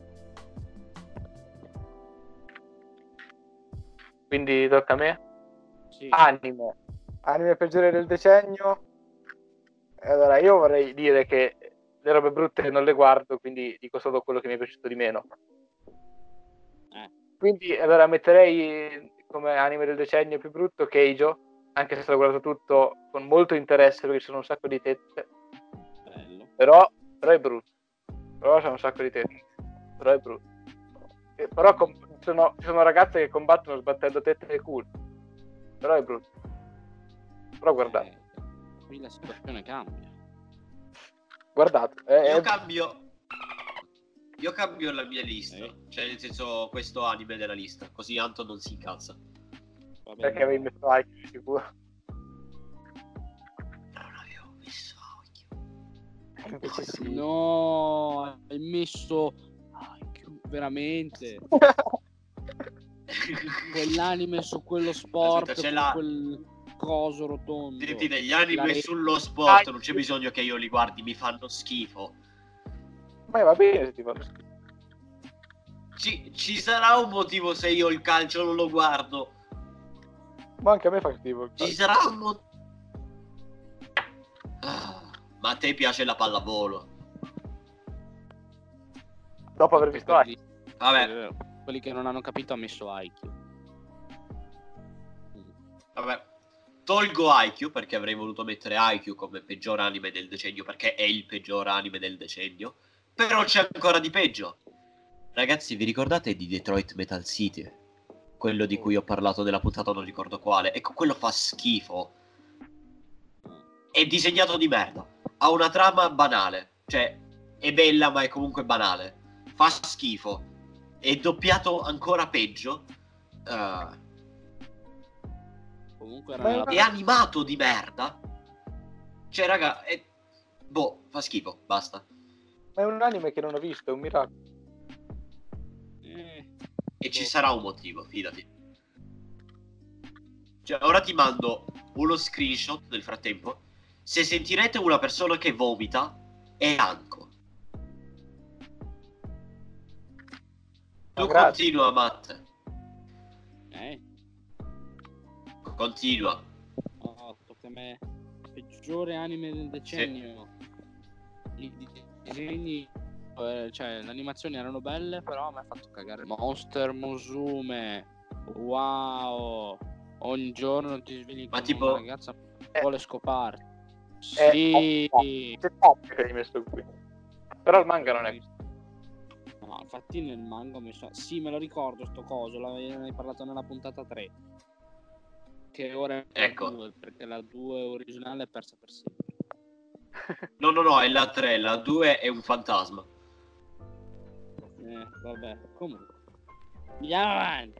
Quindi tocca a me? Sì. Anime peggiore del decennio. Allora, io vorrei dire che le robe brutte non le guardo, quindi dico solo quello che mi è piaciuto di meno. Quindi allora metterei come anime del decennio più brutto Keijo, anche se l'ho guardato tutto con molto interesse perché ci sono un sacco di tette. Bello. Però è brutto. Però c'è un sacco di tette. Però è brutto. Però ci sono ragazze che combattono sbattendo tette e culo. Però è brutto. Però guardate. Qui la situazione cambia. Guardate. Io cambio la mia lista. Sì. Cioè, nel senso, questo anime della lista. Così Anton non si incazza. Va bene. Perché avevi messo Haikyuu sicuro. Non avevo messo occhio. Invece sì. No, hai messo veramente quell'anime su quello sport, Aspetta, c'è con la- quel coso rotondo. Dirti degli anime La rete. sullo sport, non c'è bisogno che io li guardi, mi fanno schifo. Ma va bene se ti fanno schifo. Ci sarà un motivo se io il calcio non lo guardo. Ma anche a me fa schifo. Ci sarà un motivo. Ma a te piace la pallavolo? Dopo aver visto Haikyuu. Vabbè, Quelli che non hanno capito ha messo Haikyuu. vabbè. Tolgo Haikyuu perché avrei voluto mettere Haikyuu come peggior anime del decennio, perché è il peggior anime del decennio. Però c'è ancora di peggio. Ragazzi, vi ricordate di Detroit Metal City? Quello di cui ho parlato nella puntata, non ricordo quale. Ecco, quello fa schifo. È disegnato di merda. Ha una trama banale. Cioè, è bella ma è comunque banale. Fa schifo. È doppiato ancora peggio. Comunque È animato di merda. Cioè, raga, boh, fa schifo, basta. Ma è un anime che non ho visto, è un miracolo. E ci sarà un motivo, fidati. Cioè, ora ti mando uno screenshot nel frattempo. Se sentirete una persona che vomita, è Anko. Tu continua, Matt. Continua. Tocca a me. Peggiore anime del decennio. I disegni, cioè le animazioni erano belle, però mi ha fatto cagare. Monster Musume. Wow. Ogni giorno ti svegli con tipo una ragazza che vuole scoparti. Sì. C'è troppo che hai messo qui. Però il manga non è. No, infatti nel manga ho messo. Sì, me lo ricordo sto coso, l'avevi parlato nella puntata 3. Che ora è ecco. 2, perché la 2 originale è persa per sempre. No, è la 3, la 2 è un fantasma. Vabbè, comunque. Andiamo avanti.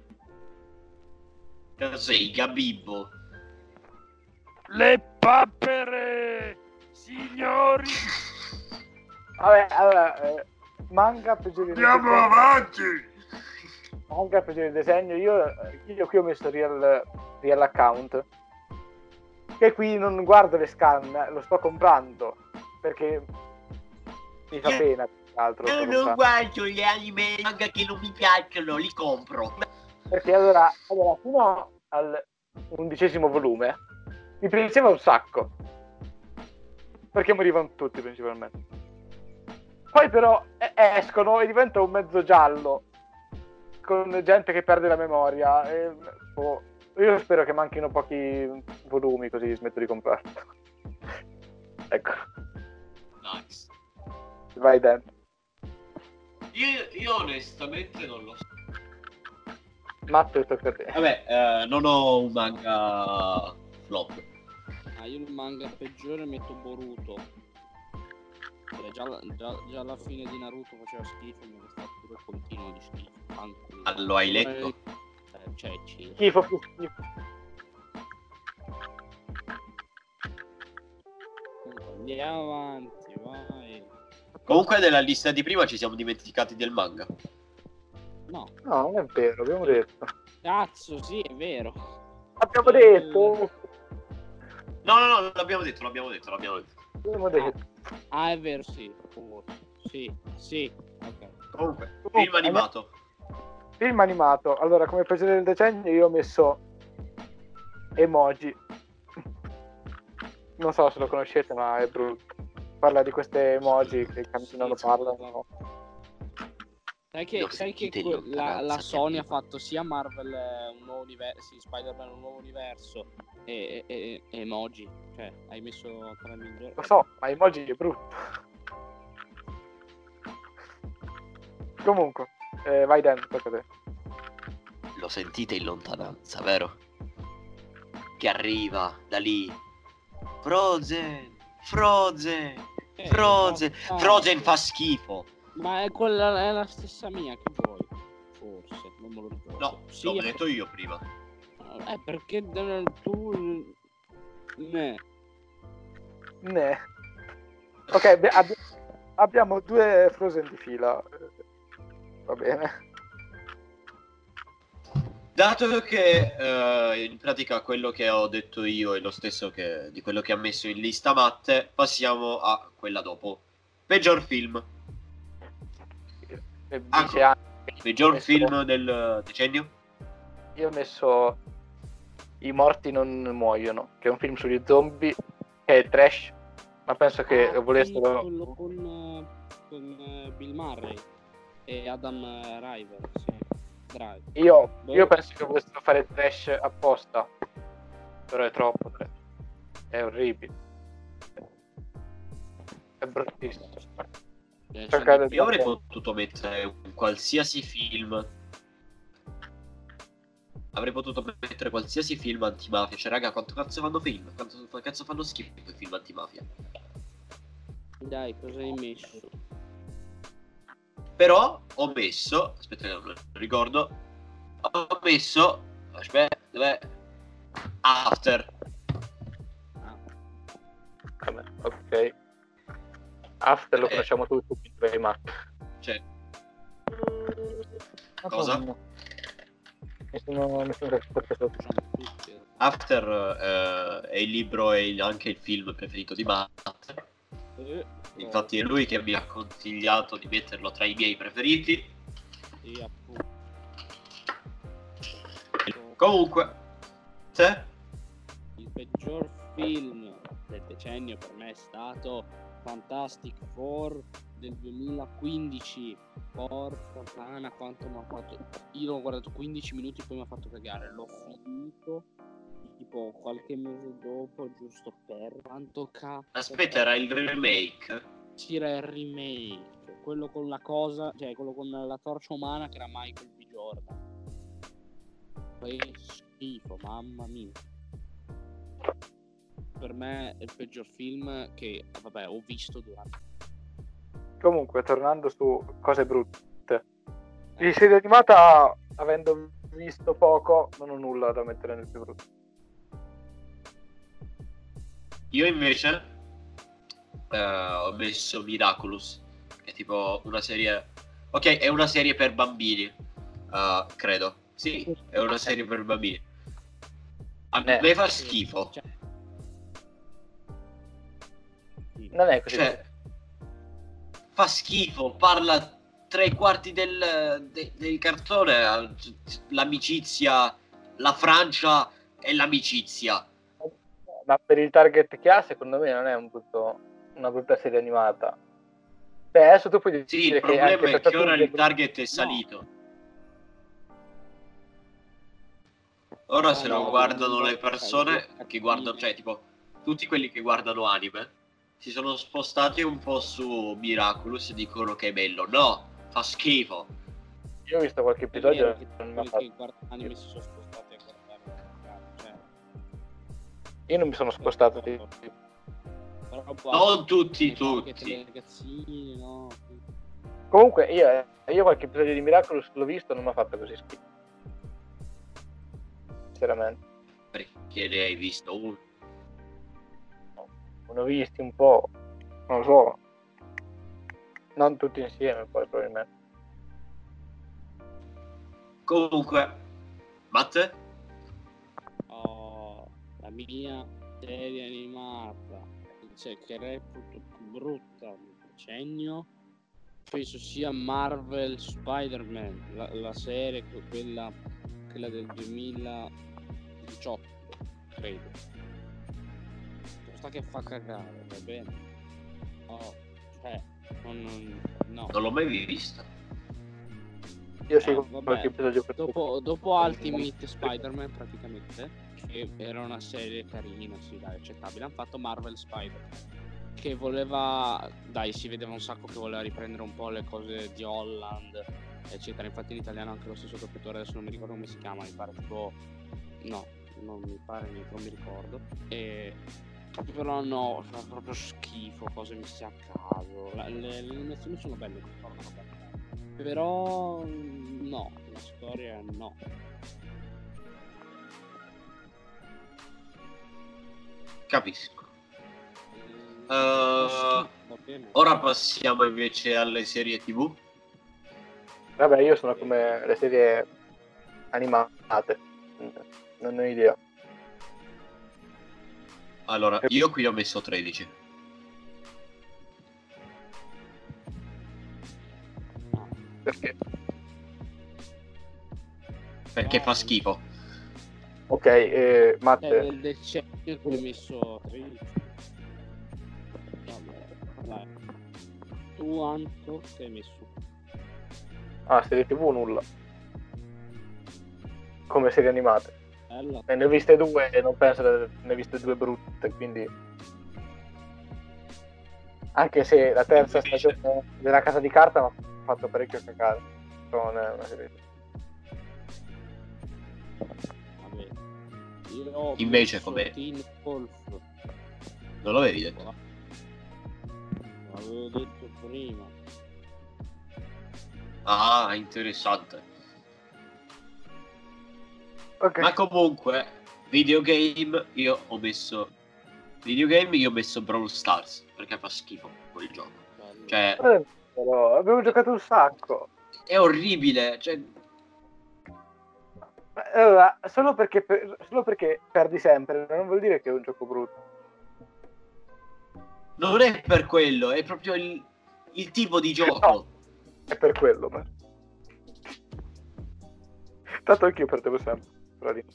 Sei Gabibbo. Le papere, signori. Vabbè, allora, manga peggiore del Andiamo disegno. avanti. Manga peggiore del disegno. Io qui ho messo real account. Che qui non guardo le scan, lo sto comprando perché mi fa pena. Altro, Io non guardo gli anime manga che non mi piacciono, li compro. Perché allora fino al 11° volume mi piaceva un sacco, perché morivano tutti principalmente. Poi però escono e diventa un mezzo giallo con gente che perde la memoria io spero che manchino pochi volumi così smetto di comprarlo. Ecco. Nice. Vai Dan. Io onestamente non lo so. Matto, tocca a te. Vabbè, non ho un manga flop. Io il manga peggiore metto Boruto. Già alla fine di Naruto faceva schifo, ma questa pure continuo di schifo. Lo hai letto? Schifo più schifo. Andiamo avanti, vai. Comunque nella lista di prima ci siamo dimenticati del manga. No, non è vero, abbiamo detto. Cazzo, sì, è vero. Abbiamo detto. No, l'abbiamo detto. Abbiamo detto. È vero, sì. Sì. Ok. Comunque, film animato. Film animato. Allora, come peggiore del decennio io ho messo Emoji. Non so se lo conoscete, ma è brutto. Parla di queste emoji che camminano, parlano. Sai che la Sony ha fatto sia Marvel un nuovo universo, Spider-Man un nuovo universo e emoji. Cioè, hai messo tra il migliore. Lo so, ma emoji è brutto. Comunque, vai dentro, tocca a te. Lo sentite in lontananza, vero? Che arriva da lì. Frozen fa schifo. Ma è quella, è la stessa mia che vuoi. Forse, non me lo ricordo. No, sì, l'ho detto io prima. Perché tu ne. Ok, abbiamo 2 Frozen di fila. Va bene. Dato che in pratica quello che ho detto io è lo stesso di quello che ha messo in lista Matte, passiamo a quella dopo. Peggior film. Peggior film del decennio? Io ho messo I morti non muoiono, che è un film sugli zombie, che è trash, ma penso che volessero... Quello con Bill Murray. E Adam Driver, sì. Drive. Io penso che volessero fare trash apposta, però è troppo trash. È orribile. È bruttissimo. Io avrei potuto mettere un qualsiasi film. Avrei potuto mettere qualsiasi film antimafia. Cioè, raga, quanto cazzo fanno film? Quanto cazzo fanno schifo i film antimafia? Dai, cosa hai messo? Però ho messo, aspetta che non lo ricordo, ho messo, aspetta, dov'è? After. Ok. After lo conosciamo tutti, quindi ma... Cioè, cosa? Mi sono After è il libro e anche il film preferito di Matt. Infatti è lui che mi ha consigliato di metterlo tra i miei preferiti. Sì, appunto. Comunque, te? Il peggior film del decennio per me è stato Fantastic Four del 2015. Porca pana, quanto mi ha fatto. Io l'ho guardato 15 minuti, poi mi ha fatto cagare. L'ho finito tipo qualche mese dopo, giusto per quanto cazzo. Aspetta, era il remake? Sì, era il remake, quello con la cosa, cioè quello con la torcia umana che era Michael B. Jordan. Poi schifo, mamma mia. Per me è il peggior film che, vabbè, ho visto durante. Comunque, tornando su cose brutte, di serie animata, avendo visto poco, non ho nulla da mettere nel più brutto. Io invece ho messo Miraculous, che è tipo una serie. Ok, è una serie per bambini, credo. Sì, è una serie per bambini. A me fa schifo. Non è così. Cioè, fa schifo, parla 3/4 del cartone, l'amicizia, la Francia e l'amicizia. Ma per il target che ha, secondo me non è una brutta serie animata. Beh, adesso tu puoi dire sì, il che problema è che ora il brutto... target è salito. Ora se lo guardano le persone che guardano, cioè tipo tutti quelli che guardano anime si sono spostati un po' su Miraculous e dicono che è bello. No, fa schifo. Io ho visto qualche episodio che quelli che guardano anime si sono spostati a guardare, cioè. Io non mi sono spostato non tutti. Ragazzini, no. Comunque io qualche episodio di Miraculous l'ho visto, non mi ha fatto così schifo, sinceramente. Perché ne hai visto uno? Ne ho visti un po', non lo so, non tutti insieme poi probabilmente. Comunque, Matt? La mia serie animata, cioè, che reputo più brutta del decennio, penso sia Marvel Spider-Man, la serie, quella del 2018, credo. Sta che fa cagare, va bene? Cioè, no. Non l'ho mai vista. Io sì, vabbè, dopo Ultimate Spider-Man praticamente, che era una serie carina, sì dai, accettabile, hanno fatto Marvel Spider-Man, che voleva, dai, si vedeva un sacco che voleva riprendere un po' le cose di Holland, eccetera. Infatti in italiano anche lo stesso doppiatore, adesso non mi ricordo come si chiama, mi pare tipo, no, non mi pare, non mi ricordo, però no, fa proprio schifo, cose messe a caso, le animazioni sono belle, mi ricordano bene, però no, la storia no. Capisco. Ora passiamo invece alle serie TV. Vabbè, io sono come le serie animate, non ne ho idea. Allora, io qui ho messo 13. Perché? Perché fa schifo. Ok, Matte. Del decennio ho messo 13. Vabbè, dai. Tu Anto che hai messo? Ah, serie TV nulla. Come serie animate. Bella. Ne ho viste 2 e non penso che ne ho viste 2 brutte, quindi... Anche se la terza stagione della Casa di Carta mi ha fatto parecchio cagare. Non è una serie TV. Vabbè. Io ho Invece messo com'è? Teen Wolf. Non l'avevi detto? L'avevo detto prima. Ah, interessante. Ok. Ma comunque, videogame, io ho messo Brawl Stars, perché fa schifo quel gioco. Bello. Cioè, Però abbiamo giocato un sacco. è orribile, cioè, Allora, solo perché perdi sempre non vuol dire che è un gioco brutto. non è per quello, è proprio il tipo di gioco. No, è per quello. Ma... Tanto anch'io perdevo sempre. Però lì.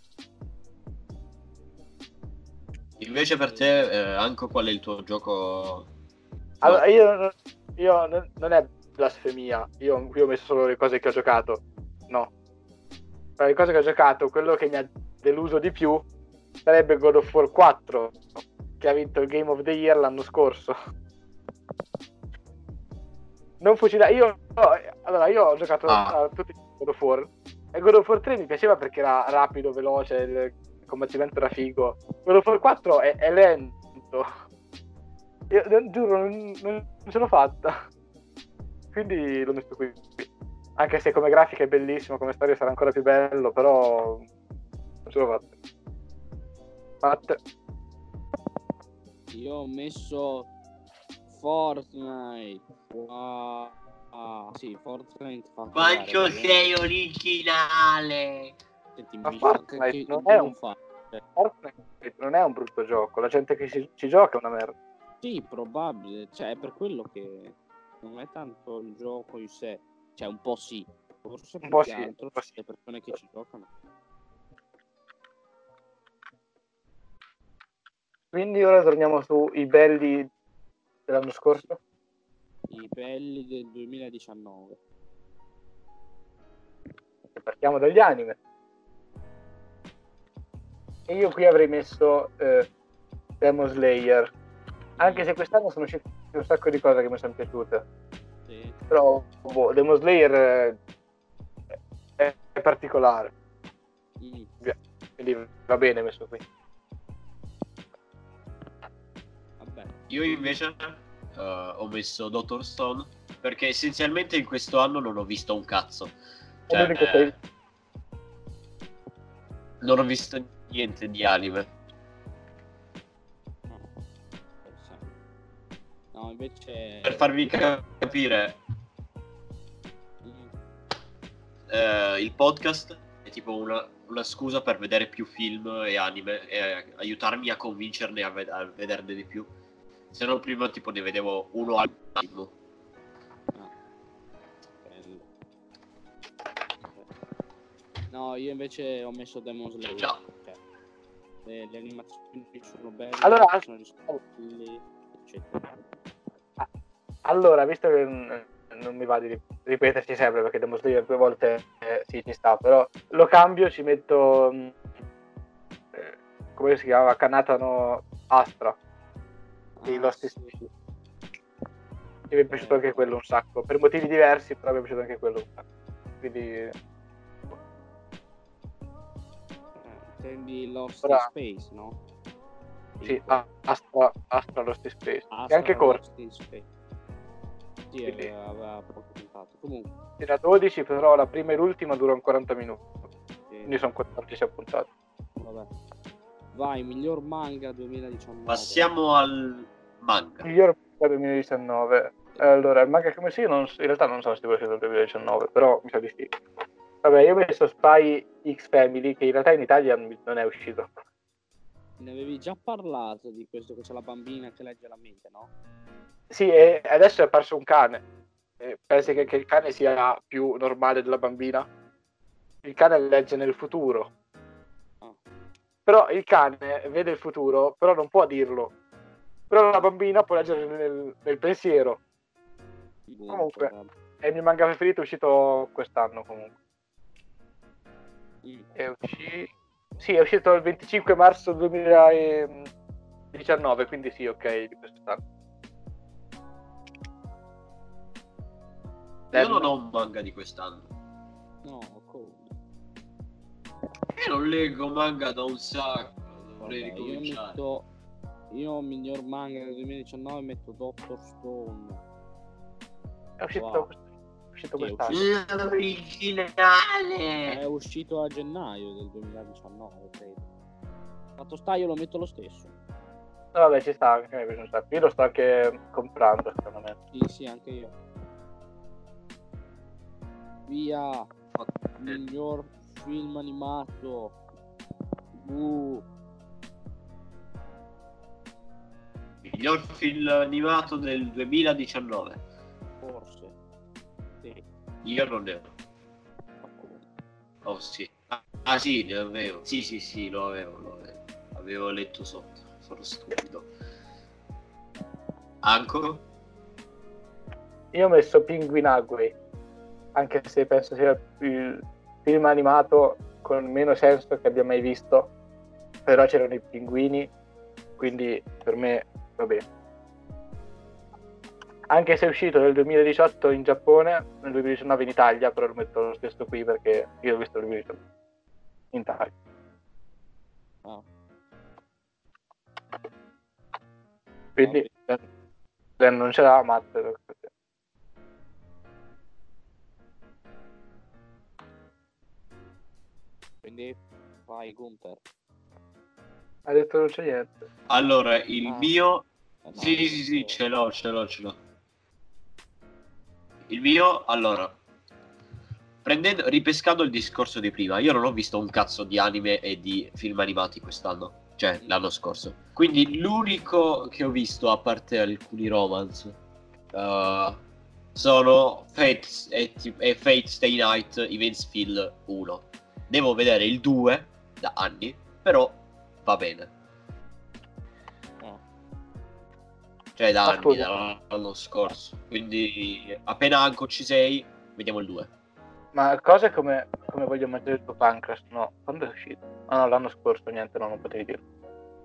Invece per te, anche qual è il tuo gioco? Allora, io non è blasfemia. Io ho messo solo le cose che ho giocato. No. Tra le cose che ho giocato, quello che mi ha deluso di più sarebbe God of War 4, che ha vinto il Game of the Year l'anno scorso. Non fucila. Io ho giocato a tutti i God of War. E God of War 3 mi piaceva perché era rapido, veloce, il combattimento era figo. God of War 4 è lento. Io giuro, non ce l'ho fatta. Quindi l'ho messo qui. Anche se come grafica è bellissimo, come storia sarà ancora più bello, però non ce l'ho fatta. Fatte. Io ho messo Fortnite. Sì, Fortnite fa Quanto cagare, sei originale! Senti, Ma mi Fortnite che non è devo un- fare? Fortnite non è un brutto gioco, la gente che ci gioca è una merda. Sì, probabile, cioè è per quello che non è tanto il gioco in sé, cioè un po' sì, forse Un più po' che sì, altro un po' sì. le persone che ci giocano. Quindi ora torniamo sui belli dell'anno scorso. I belli del 2019. Partiamo dagli anime. E io qui avrei messo Demon Slayer. Anche se quest'anno sono uscite un sacco di cose che mi sono piaciute. Sì. Però Demon Slayer è particolare. Quindi va bene messo qui. Vabbè. Io invece ho messo Dr. Stone, perché essenzialmente in questo anno non ho visto un cazzo. È l'unico che- Non ho visto niente di anime. Interessante. No, invece Per farvi capire, il podcast è tipo una scusa per vedere più film e anime e aiutarmi a convincerne a vederne di più. Se no prima tipo ne vedevo uno al massimo. bello. No, io invece ho messo Demon Slayer. Già. Cioè, le animazioni sono belle, Allora, sono rispettabili, eccetera. Allora, visto che non mi va di ripeterci sempre perché Demon Slayer 2 volte sì, ci sta, però lo cambio, ci metto come si chiama? Kanata no Astra di Lost in Sì. Space. Mi è piaciuto anche quello un sacco, per motivi diversi, però mi è piaciuto anche quello un sacco. Quindi Intendi Lost Ora- in Space, no? sì, Tipo, Astra Lost in Space. Astra È anche corto, Lost in Space. Sì, Quindi- aveva poco puntato. Comunque, era 12, però la prima e l'ultima durano 40 minuti. sì, Quindi sono 14 appuntati. vabbè. Vai, miglior manga 2019. Passiamo al manga. Miglior manga 2019. Allora, il manga come sì, in realtà non so se quello sia del 2019, però mi sa di sì. Vabbè, io ho messo Spy X Family, che in realtà in Italia non è uscito. Ne avevi già parlato di questo che c'è la bambina che legge la mente, no? Sì, e adesso è apparso un cane. Pensi che il cane sia più normale della bambina? Il cane legge nel futuro. Ah. Però il cane vede il futuro, però non può dirlo. Però la bambina può leggere nel pensiero. Boom, Comunque. vabbè. È il mio manga preferito, è uscito quest'anno comunque. Sì, è uscito il 25 marzo 2019, quindi sì, ok, di quest'anno. Io non ho un manga di quest'anno. No, cool. Io non leggo manga da un sacco. Dovrei Vabbè, ricominciare. io miglior manga del 2019 metto Doctor Stone. È uscito, Wow. quest'anno. L'originale! È uscito a gennaio del 2019, credo. Fatto sta, io lo metto lo stesso. No, vabbè, ci sta, anche a me piace un sacco. Io lo sto anche comprando, secondo me. Sì, anche io. Via, miglior film animato. Miglior film animato del 2019. Forse. Sì. Io non ne ho. Oh sì. Ah sì, ne avevo. Sì, lo avevo. Avevo letto sotto. Sono stupido. Anco? Io ho messo Pinguinagui, anche se penso sia il film animato con meno senso che abbia mai visto, però c'erano i pinguini, quindi per me va bene. Anche se è uscito nel 2018 in Giappone, nel 2019 in Italia, però lo metto lo stesso qui perché io l'ho visto nel 2019 in Italia. Ah. Quindi non ce l'ha Matt. Quindi vai Gunther. Ha detto non c'è niente. Allora, il mio... No, Sì, ce l'ho. Il mio, allora... ripescando il discorso di prima, io non ho visto un cazzo di anime e di film animati quest'anno. Cioè, l'anno scorso. Quindi l'unico che ho visto, a parte alcuni romance, sono Fate e Fate Stay Night Evansville 1. Devo vedere il 2 da anni, però va bene. Cioè da anni, dall'anno scorso. Quindi appena Anko ci sei, vediamo il 2. Ma cosa è come voglio mangiare il tuo pancreas? No, quando è uscito? Ah no, l'anno scorso, niente, no, non potevi dirlo.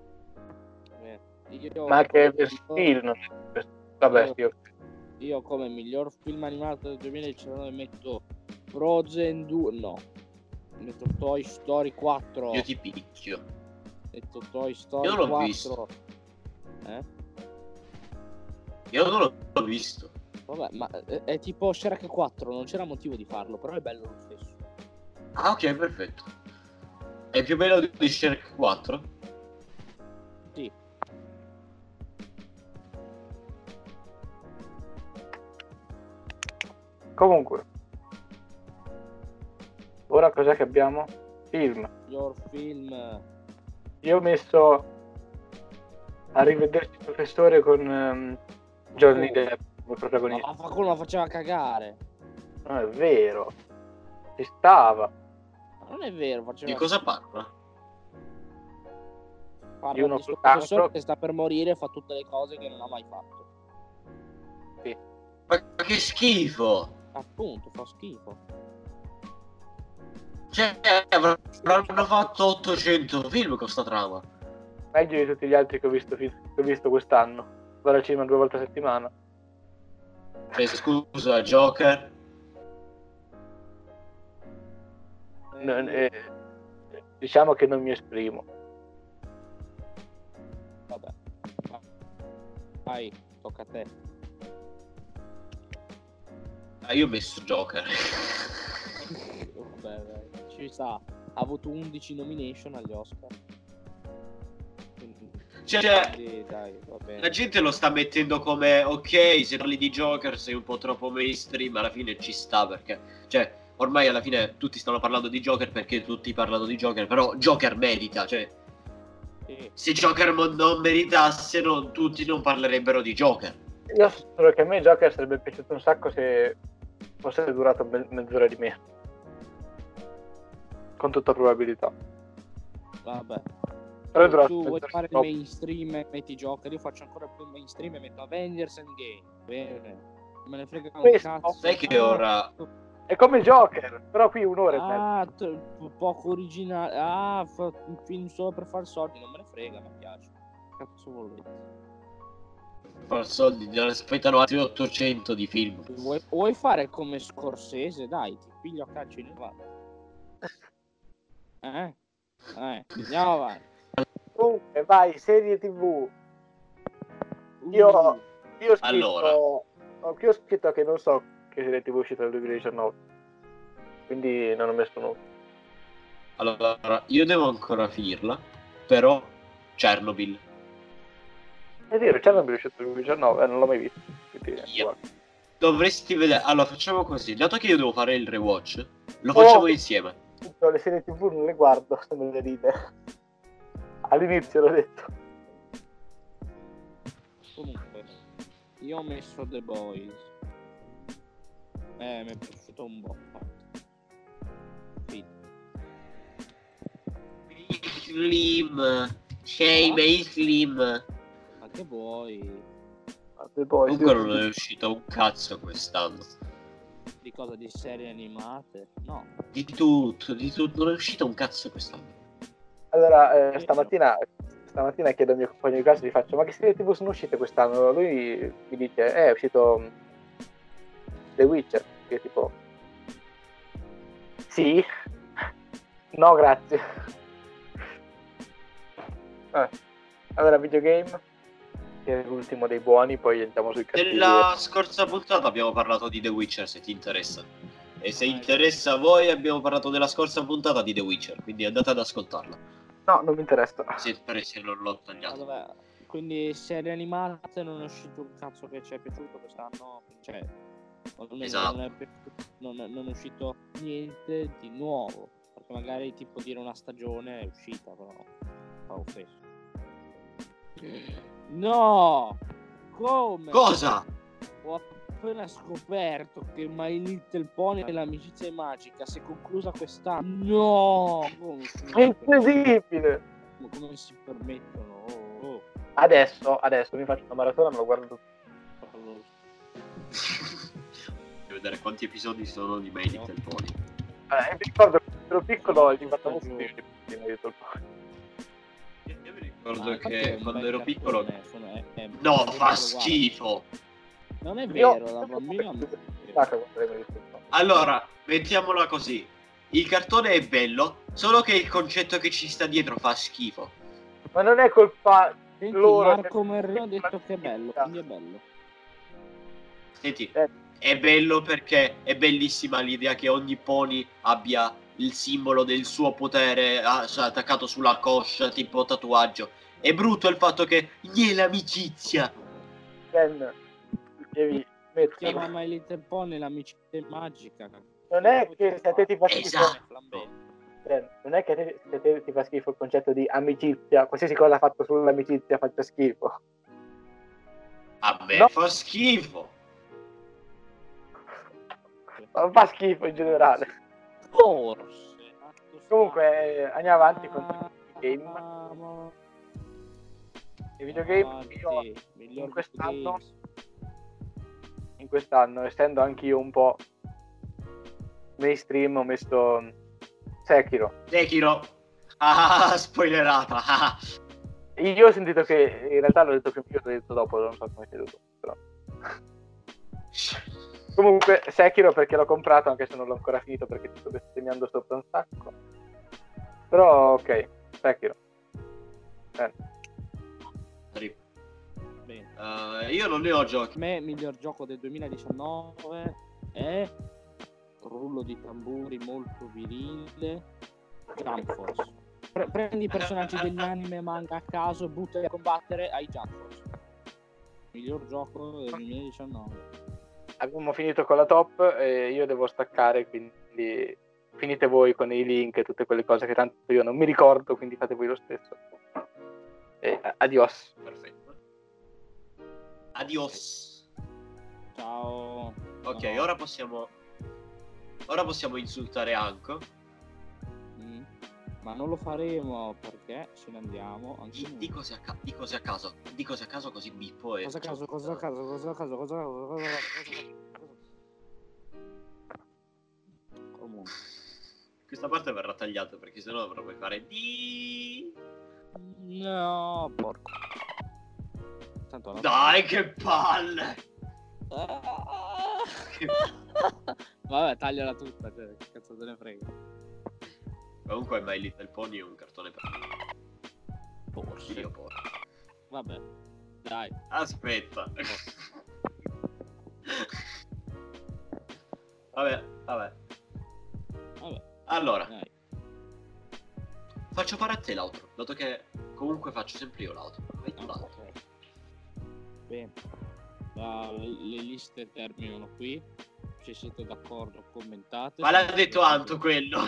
Ma che film? Vabbè, io come miglior film animato del 2019 metto Frozen 2, no, metto Toy Story 4. Io ti picchio. Metto Toy Story 4. Io non l'ho visto. Io non l'ho visto. Vabbè, ma è tipo Shrek 4, non c'era motivo di farlo, però è bello lo stesso. Ah, ok, perfetto. È più bello di Shrek 4? Sì. Comunque, ora cos'è che abbiamo? Film. Your film. Io ho messo A rivederci il professore con Johnny Depp come protagonista. Ma qualcuno lo faceva cagare. Non è vero. Ci stava. Non è vero, faceva... Di cosa parla? Parla Di uno di questo cancro professore che sta per morire e fa tutte le cose che non ha mai fatto. Sì. Ma che schifo! Appunto, fa schifo. Cioè, avranno fatto 800 film con sta trama. Meglio di tutti gli altri che ho visto quest'anno. Vado al cinema 2 volte a settimana. Scusa, Joker. Diciamo che non mi esprimo. Vabbè. Vai, tocca a te. Io ho messo Joker. Vabbè, dai. Ci sta. Ha avuto 11 nomination agli Oscar. Cioè, dai, va bene. la gente lo sta mettendo come ok, se parli di Joker sei un po' troppo mainstream, alla fine ci sta perché, cioè, ormai alla fine tutti stanno parlando di Joker perché tutti parlano di Joker, però Joker merita, cioè, se Joker non meritassero tutti non parlerebbero di Joker. Io spero che a me Joker sarebbe piaciuto un sacco se fosse durato mezz'ora di meno, con tutta probabilità. Vabbè. Però tu vuoi fare il mainstream e metti Joker, io faccio ancora più mainstream e metto Avengers Endgame. Bene. Me ne frega un Questo? cazzo. Sai che ora... È come Joker, però qui un'ora e mezza. Ah, poco originale. Ah, un film solo per far soldi. Non me ne frega, mi piace. Cazzo volete? far soldi, ne aspettano altri 800 di film. Vuoi fare come Scorsese? Dai, ti piglio a calcio in avanti. Andiamo avanti. Comunque, vai, serie TV. Io ho scritto, Allora. Io ho scritto che non so che serie TV è uscita nel 2019, quindi non ho messo nulla. Allora, io devo ancora finirla, però Chernobyl. È vero, Chernobyl è uscito nel 2019, non l'ho mai visto. Quindi, Yep. Dovresti vedere. Allora, facciamo così. Dato che io devo fare il rewatch, lo facciamo insieme. Le serie TV non le guardo, se me le dite. All'inizio l'ho detto. Comunque, io ho messo The Boys. Mi è piaciuto un botto. Sì. Slim. Shame Slim. Ma che vuoi? The Boys, Comunque non è uscita un cazzo quest'anno. Di cosa? Di serie animate? No. Di tutto. Non è uscita un cazzo quest'anno. Allora, stamattina chiedo al mio compagno di classe, gli faccio: ma che serie TV sono uscite quest'anno? Lui mi dice: è uscito The Witcher. Io tipo: sì, no, grazie. Allora, videogame, che è l'ultimo dei buoni, poi andiamo sui cattivi. Nella scorsa puntata abbiamo parlato di The Witcher, se ti interessa. E se interessa a voi abbiamo parlato della scorsa puntata di The Witcher, quindi andate ad ascoltarla. No, non mi interessa. Se non l'ho tagliato. Vabbè, quindi serie animate non è uscito un cazzo che ci è piaciuto quest'anno. Cioè, Esatto. non è uscito niente di nuovo. Perché magari tipo dire una stagione è uscita, però fa lo stesso. No! Come? Cosa? Ho appena scoperto che My Little Pony e l'amicizia magica si è conclusa quest'anno. No! È incredibile! Come si permettono? Oh. Adesso mi faccio una maratona, me lo guardo tutto. Devo vedere quanti episodi sono di My Little Pony. Mi ricordo che ero piccolo e guardavo tutti i My Little Pony. Io mi ricordo Che che quando ero piccolo... è No, fa schifo! Non è vero, la bambina... Allora, mettiamola così. Il cartone è bello, solo che il concetto che ci sta dietro fa schifo. Ma non è colpa Senti, loro. Marco Merlino ha detto che è bello, quindi è bello. Senti, è bello perché è bellissima l'idea che ogni pony abbia il simbolo del suo potere attaccato sulla coscia, tipo tatuaggio. È brutto il fatto che gli è l'amicizia. Ken, devi metterlo. Chiama My Little Pony l'amicizia magica. Non è che se a te ti fa schifo. Esatto. Non è che se a te ti fa schifo il concetto di amicizia, qualsiasi cosa fatto sull'amicizia faccia schifo. A me No. fa schifo. Ma fa schifo in generale. Forse. Comunque andiamo avanti con i game. I videogame io in quest'anno, essendo anch'io un po' mainstream, ho messo Sekiro. Spoilerata. Io ho sentito che in realtà l'ho detto prima, io l'ho detto dopo, non so come sia detto, però. Comunque Sekiro perché l'ho comprato, anche se non l'ho ancora finito perché ci sto bestemmiando sopra un sacco. Però ok, Sekiro. Io non ne ho giochi. Per me il miglior gioco del 2019 è rullo di tamburi molto virile, Jump Force. Prendi i personaggi degli anime manga a caso e buttali a combattere ai Jump Force. Miglior gioco del 2019. Abbiamo finito con la top e io devo staccare, quindi finite voi con i link e tutte quelle cose che tanto io non mi ricordo, quindi fate voi lo stesso. E adios. Perfetto. Adios. Ciao. Ok, No. ora possiamo insultare Anko. Ma non lo faremo perché ce ne andiamo. Anche noi. Di cose a caso, così bippo e... Cosa a caso. Comunque. Questa parte verrà tagliata perché sennò dovrò poi fare di... No, porco. Tanto no. Dai, che palle! Vabbè, tagliala tutta, cioè, che cazzo te ne frega. Comunque My Little Pony è un cartone per me. Forse. Io porco. Vabbè, dai. Aspetta. Vabbè. Allora, Dai. faccio fare a te l'outro, dato che comunque faccio sempre io l'outro. Fai tu l'outro. Ok. Bene. Le liste terminano qui. Se siete d'accordo, commentate. Ma l'ha detto Anto quello.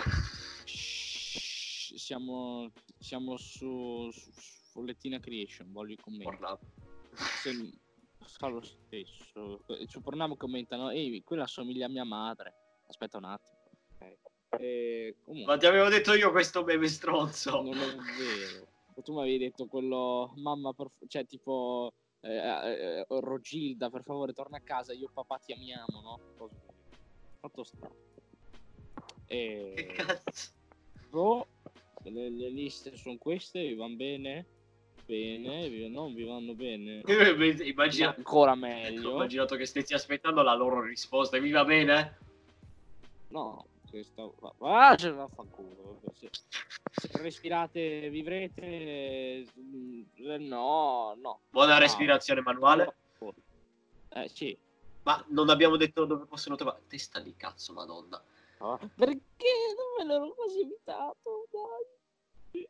Siamo su Follettina Creation, voglio i commenti. Pornhub. Se fa lo stesso. Su Pornhub commentano, ehi, quella assomiglia a mia madre. Aspetta un attimo. Comunque, Ma ti avevo detto io questo meme stronzo. non è vero. Tu mi avevi detto quello, mamma, cioè tipo Rogilda, per favore torna a casa, io e papà ti amiamo, no? Fatto sta. Che cazzo? Boh, le liste sono queste, vi vanno bene? Bene, non vi vanno bene? Immagina... Ancora Ho meglio. immaginato che stessi aspettando la loro risposta. E mi va bene? No, ce la fa culo. Se respirate, vivrete. No. Buona No. respirazione manuale. Sì. Ma non abbiamo detto dove possono trovare. Testa di cazzo, madonna. Perché non me l'ero quasi evitato? Dai.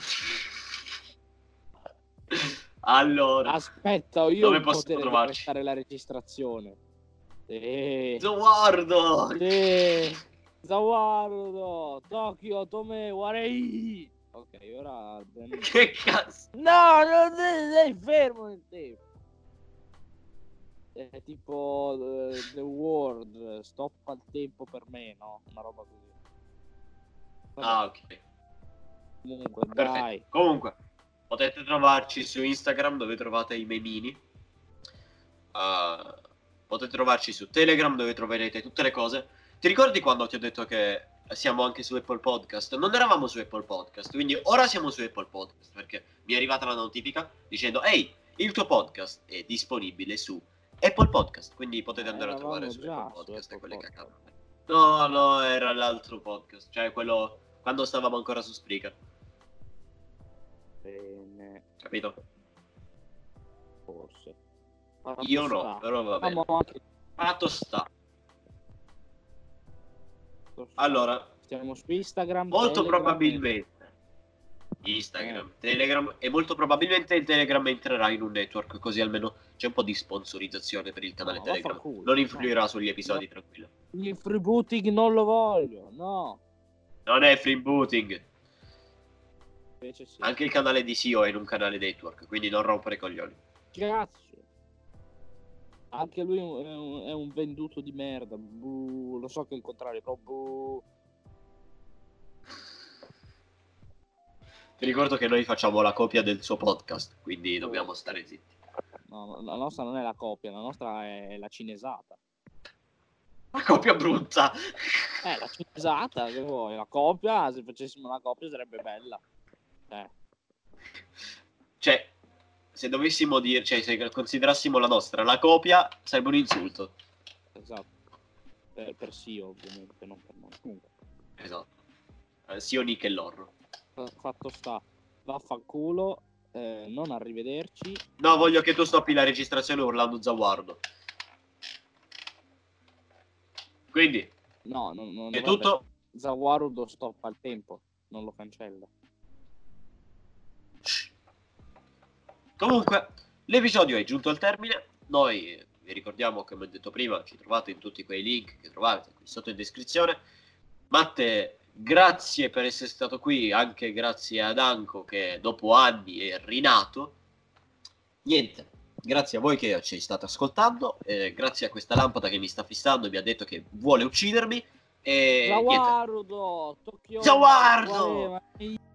Allora, Aspetta, io dove ho il posso potere di trovarci? prestare la registrazione. Guardo! Zawardo, Tokyo, Tome, Warei. Ok, ora... Che cazzo? No, non sei fermo nel tempo. È tipo The World, stoppa il tempo per me, no? Una roba così. Vabbè, Ah, ok. comunque, Perfetto. dai. Comunque, potete trovarci su Instagram dove trovate i memini. Potete trovarci su Telegram dove troverete tutte le cose. Ti ricordi quando ti ho detto che siamo anche su Apple Podcast? Non eravamo su Apple Podcast, quindi ora siamo su Apple Podcast perché mi è arrivata la notifica dicendo ehi, il tuo podcast è disponibile su Apple Podcast, quindi potete andare a trovare su già Apple Podcast su e Apple quelle Podcast. cacate. No, era l'altro podcast, cioè quello quando stavamo ancora su Spreaker, Bene, capito? forse. Io no, però va bene. Fatto sta. Allora, stiamo su Instagram, molto Telegram, probabilmente Instagram, Telegram e molto probabilmente il Telegram entrerà in un network, così almeno c'è un po' di sponsorizzazione per il canale No, Telegram. vaffanculo. Non influirà sugli episodi, tranquillo. Il freebooting non lo voglio, no. Non è freebooting. Invece sì. Anche il canale di SEO è in un canale network, quindi non rompere i coglioni. Cazzo. Anche lui è un venduto di merda. Buh. Lo so che è il contrario, però buh. Ti ricordo che noi facciamo la copia del suo podcast, quindi dobbiamo stare zitti. No, la nostra non è la copia, la nostra è la cinesata. La copia brutta. La cinesata, che vuoi? La copia, se facessimo una copia sarebbe bella. Cioè, se dovessimo dire, cioè, se considerassimo la nostra la copia, sarebbe un insulto. Esatto. Per sì, ovviamente, non per noi. Comunque. Esatto. SEO Nick e l'orro. Fatto sta. Vaffanculo. Non arrivederci. No, voglio che tu stoppi la registrazione urlando Zawardo. Quindi, no, non è tutto. Zawarudo stoppa il tempo, non lo cancella. Comunque, l'episodio è giunto al termine. Noi vi ricordiamo, come ho detto prima, ci trovate in tutti quei link che trovate qui sotto in descrizione. Matte, grazie per essere stato qui, anche grazie ad Anco che dopo anni è rinato. Niente, grazie a voi che ci state ascoltando, grazie a questa lampada che mi sta fissando e mi ha detto che vuole uccidermi. E niente. Zawardo, Tokyo. Zawardo! Whatever.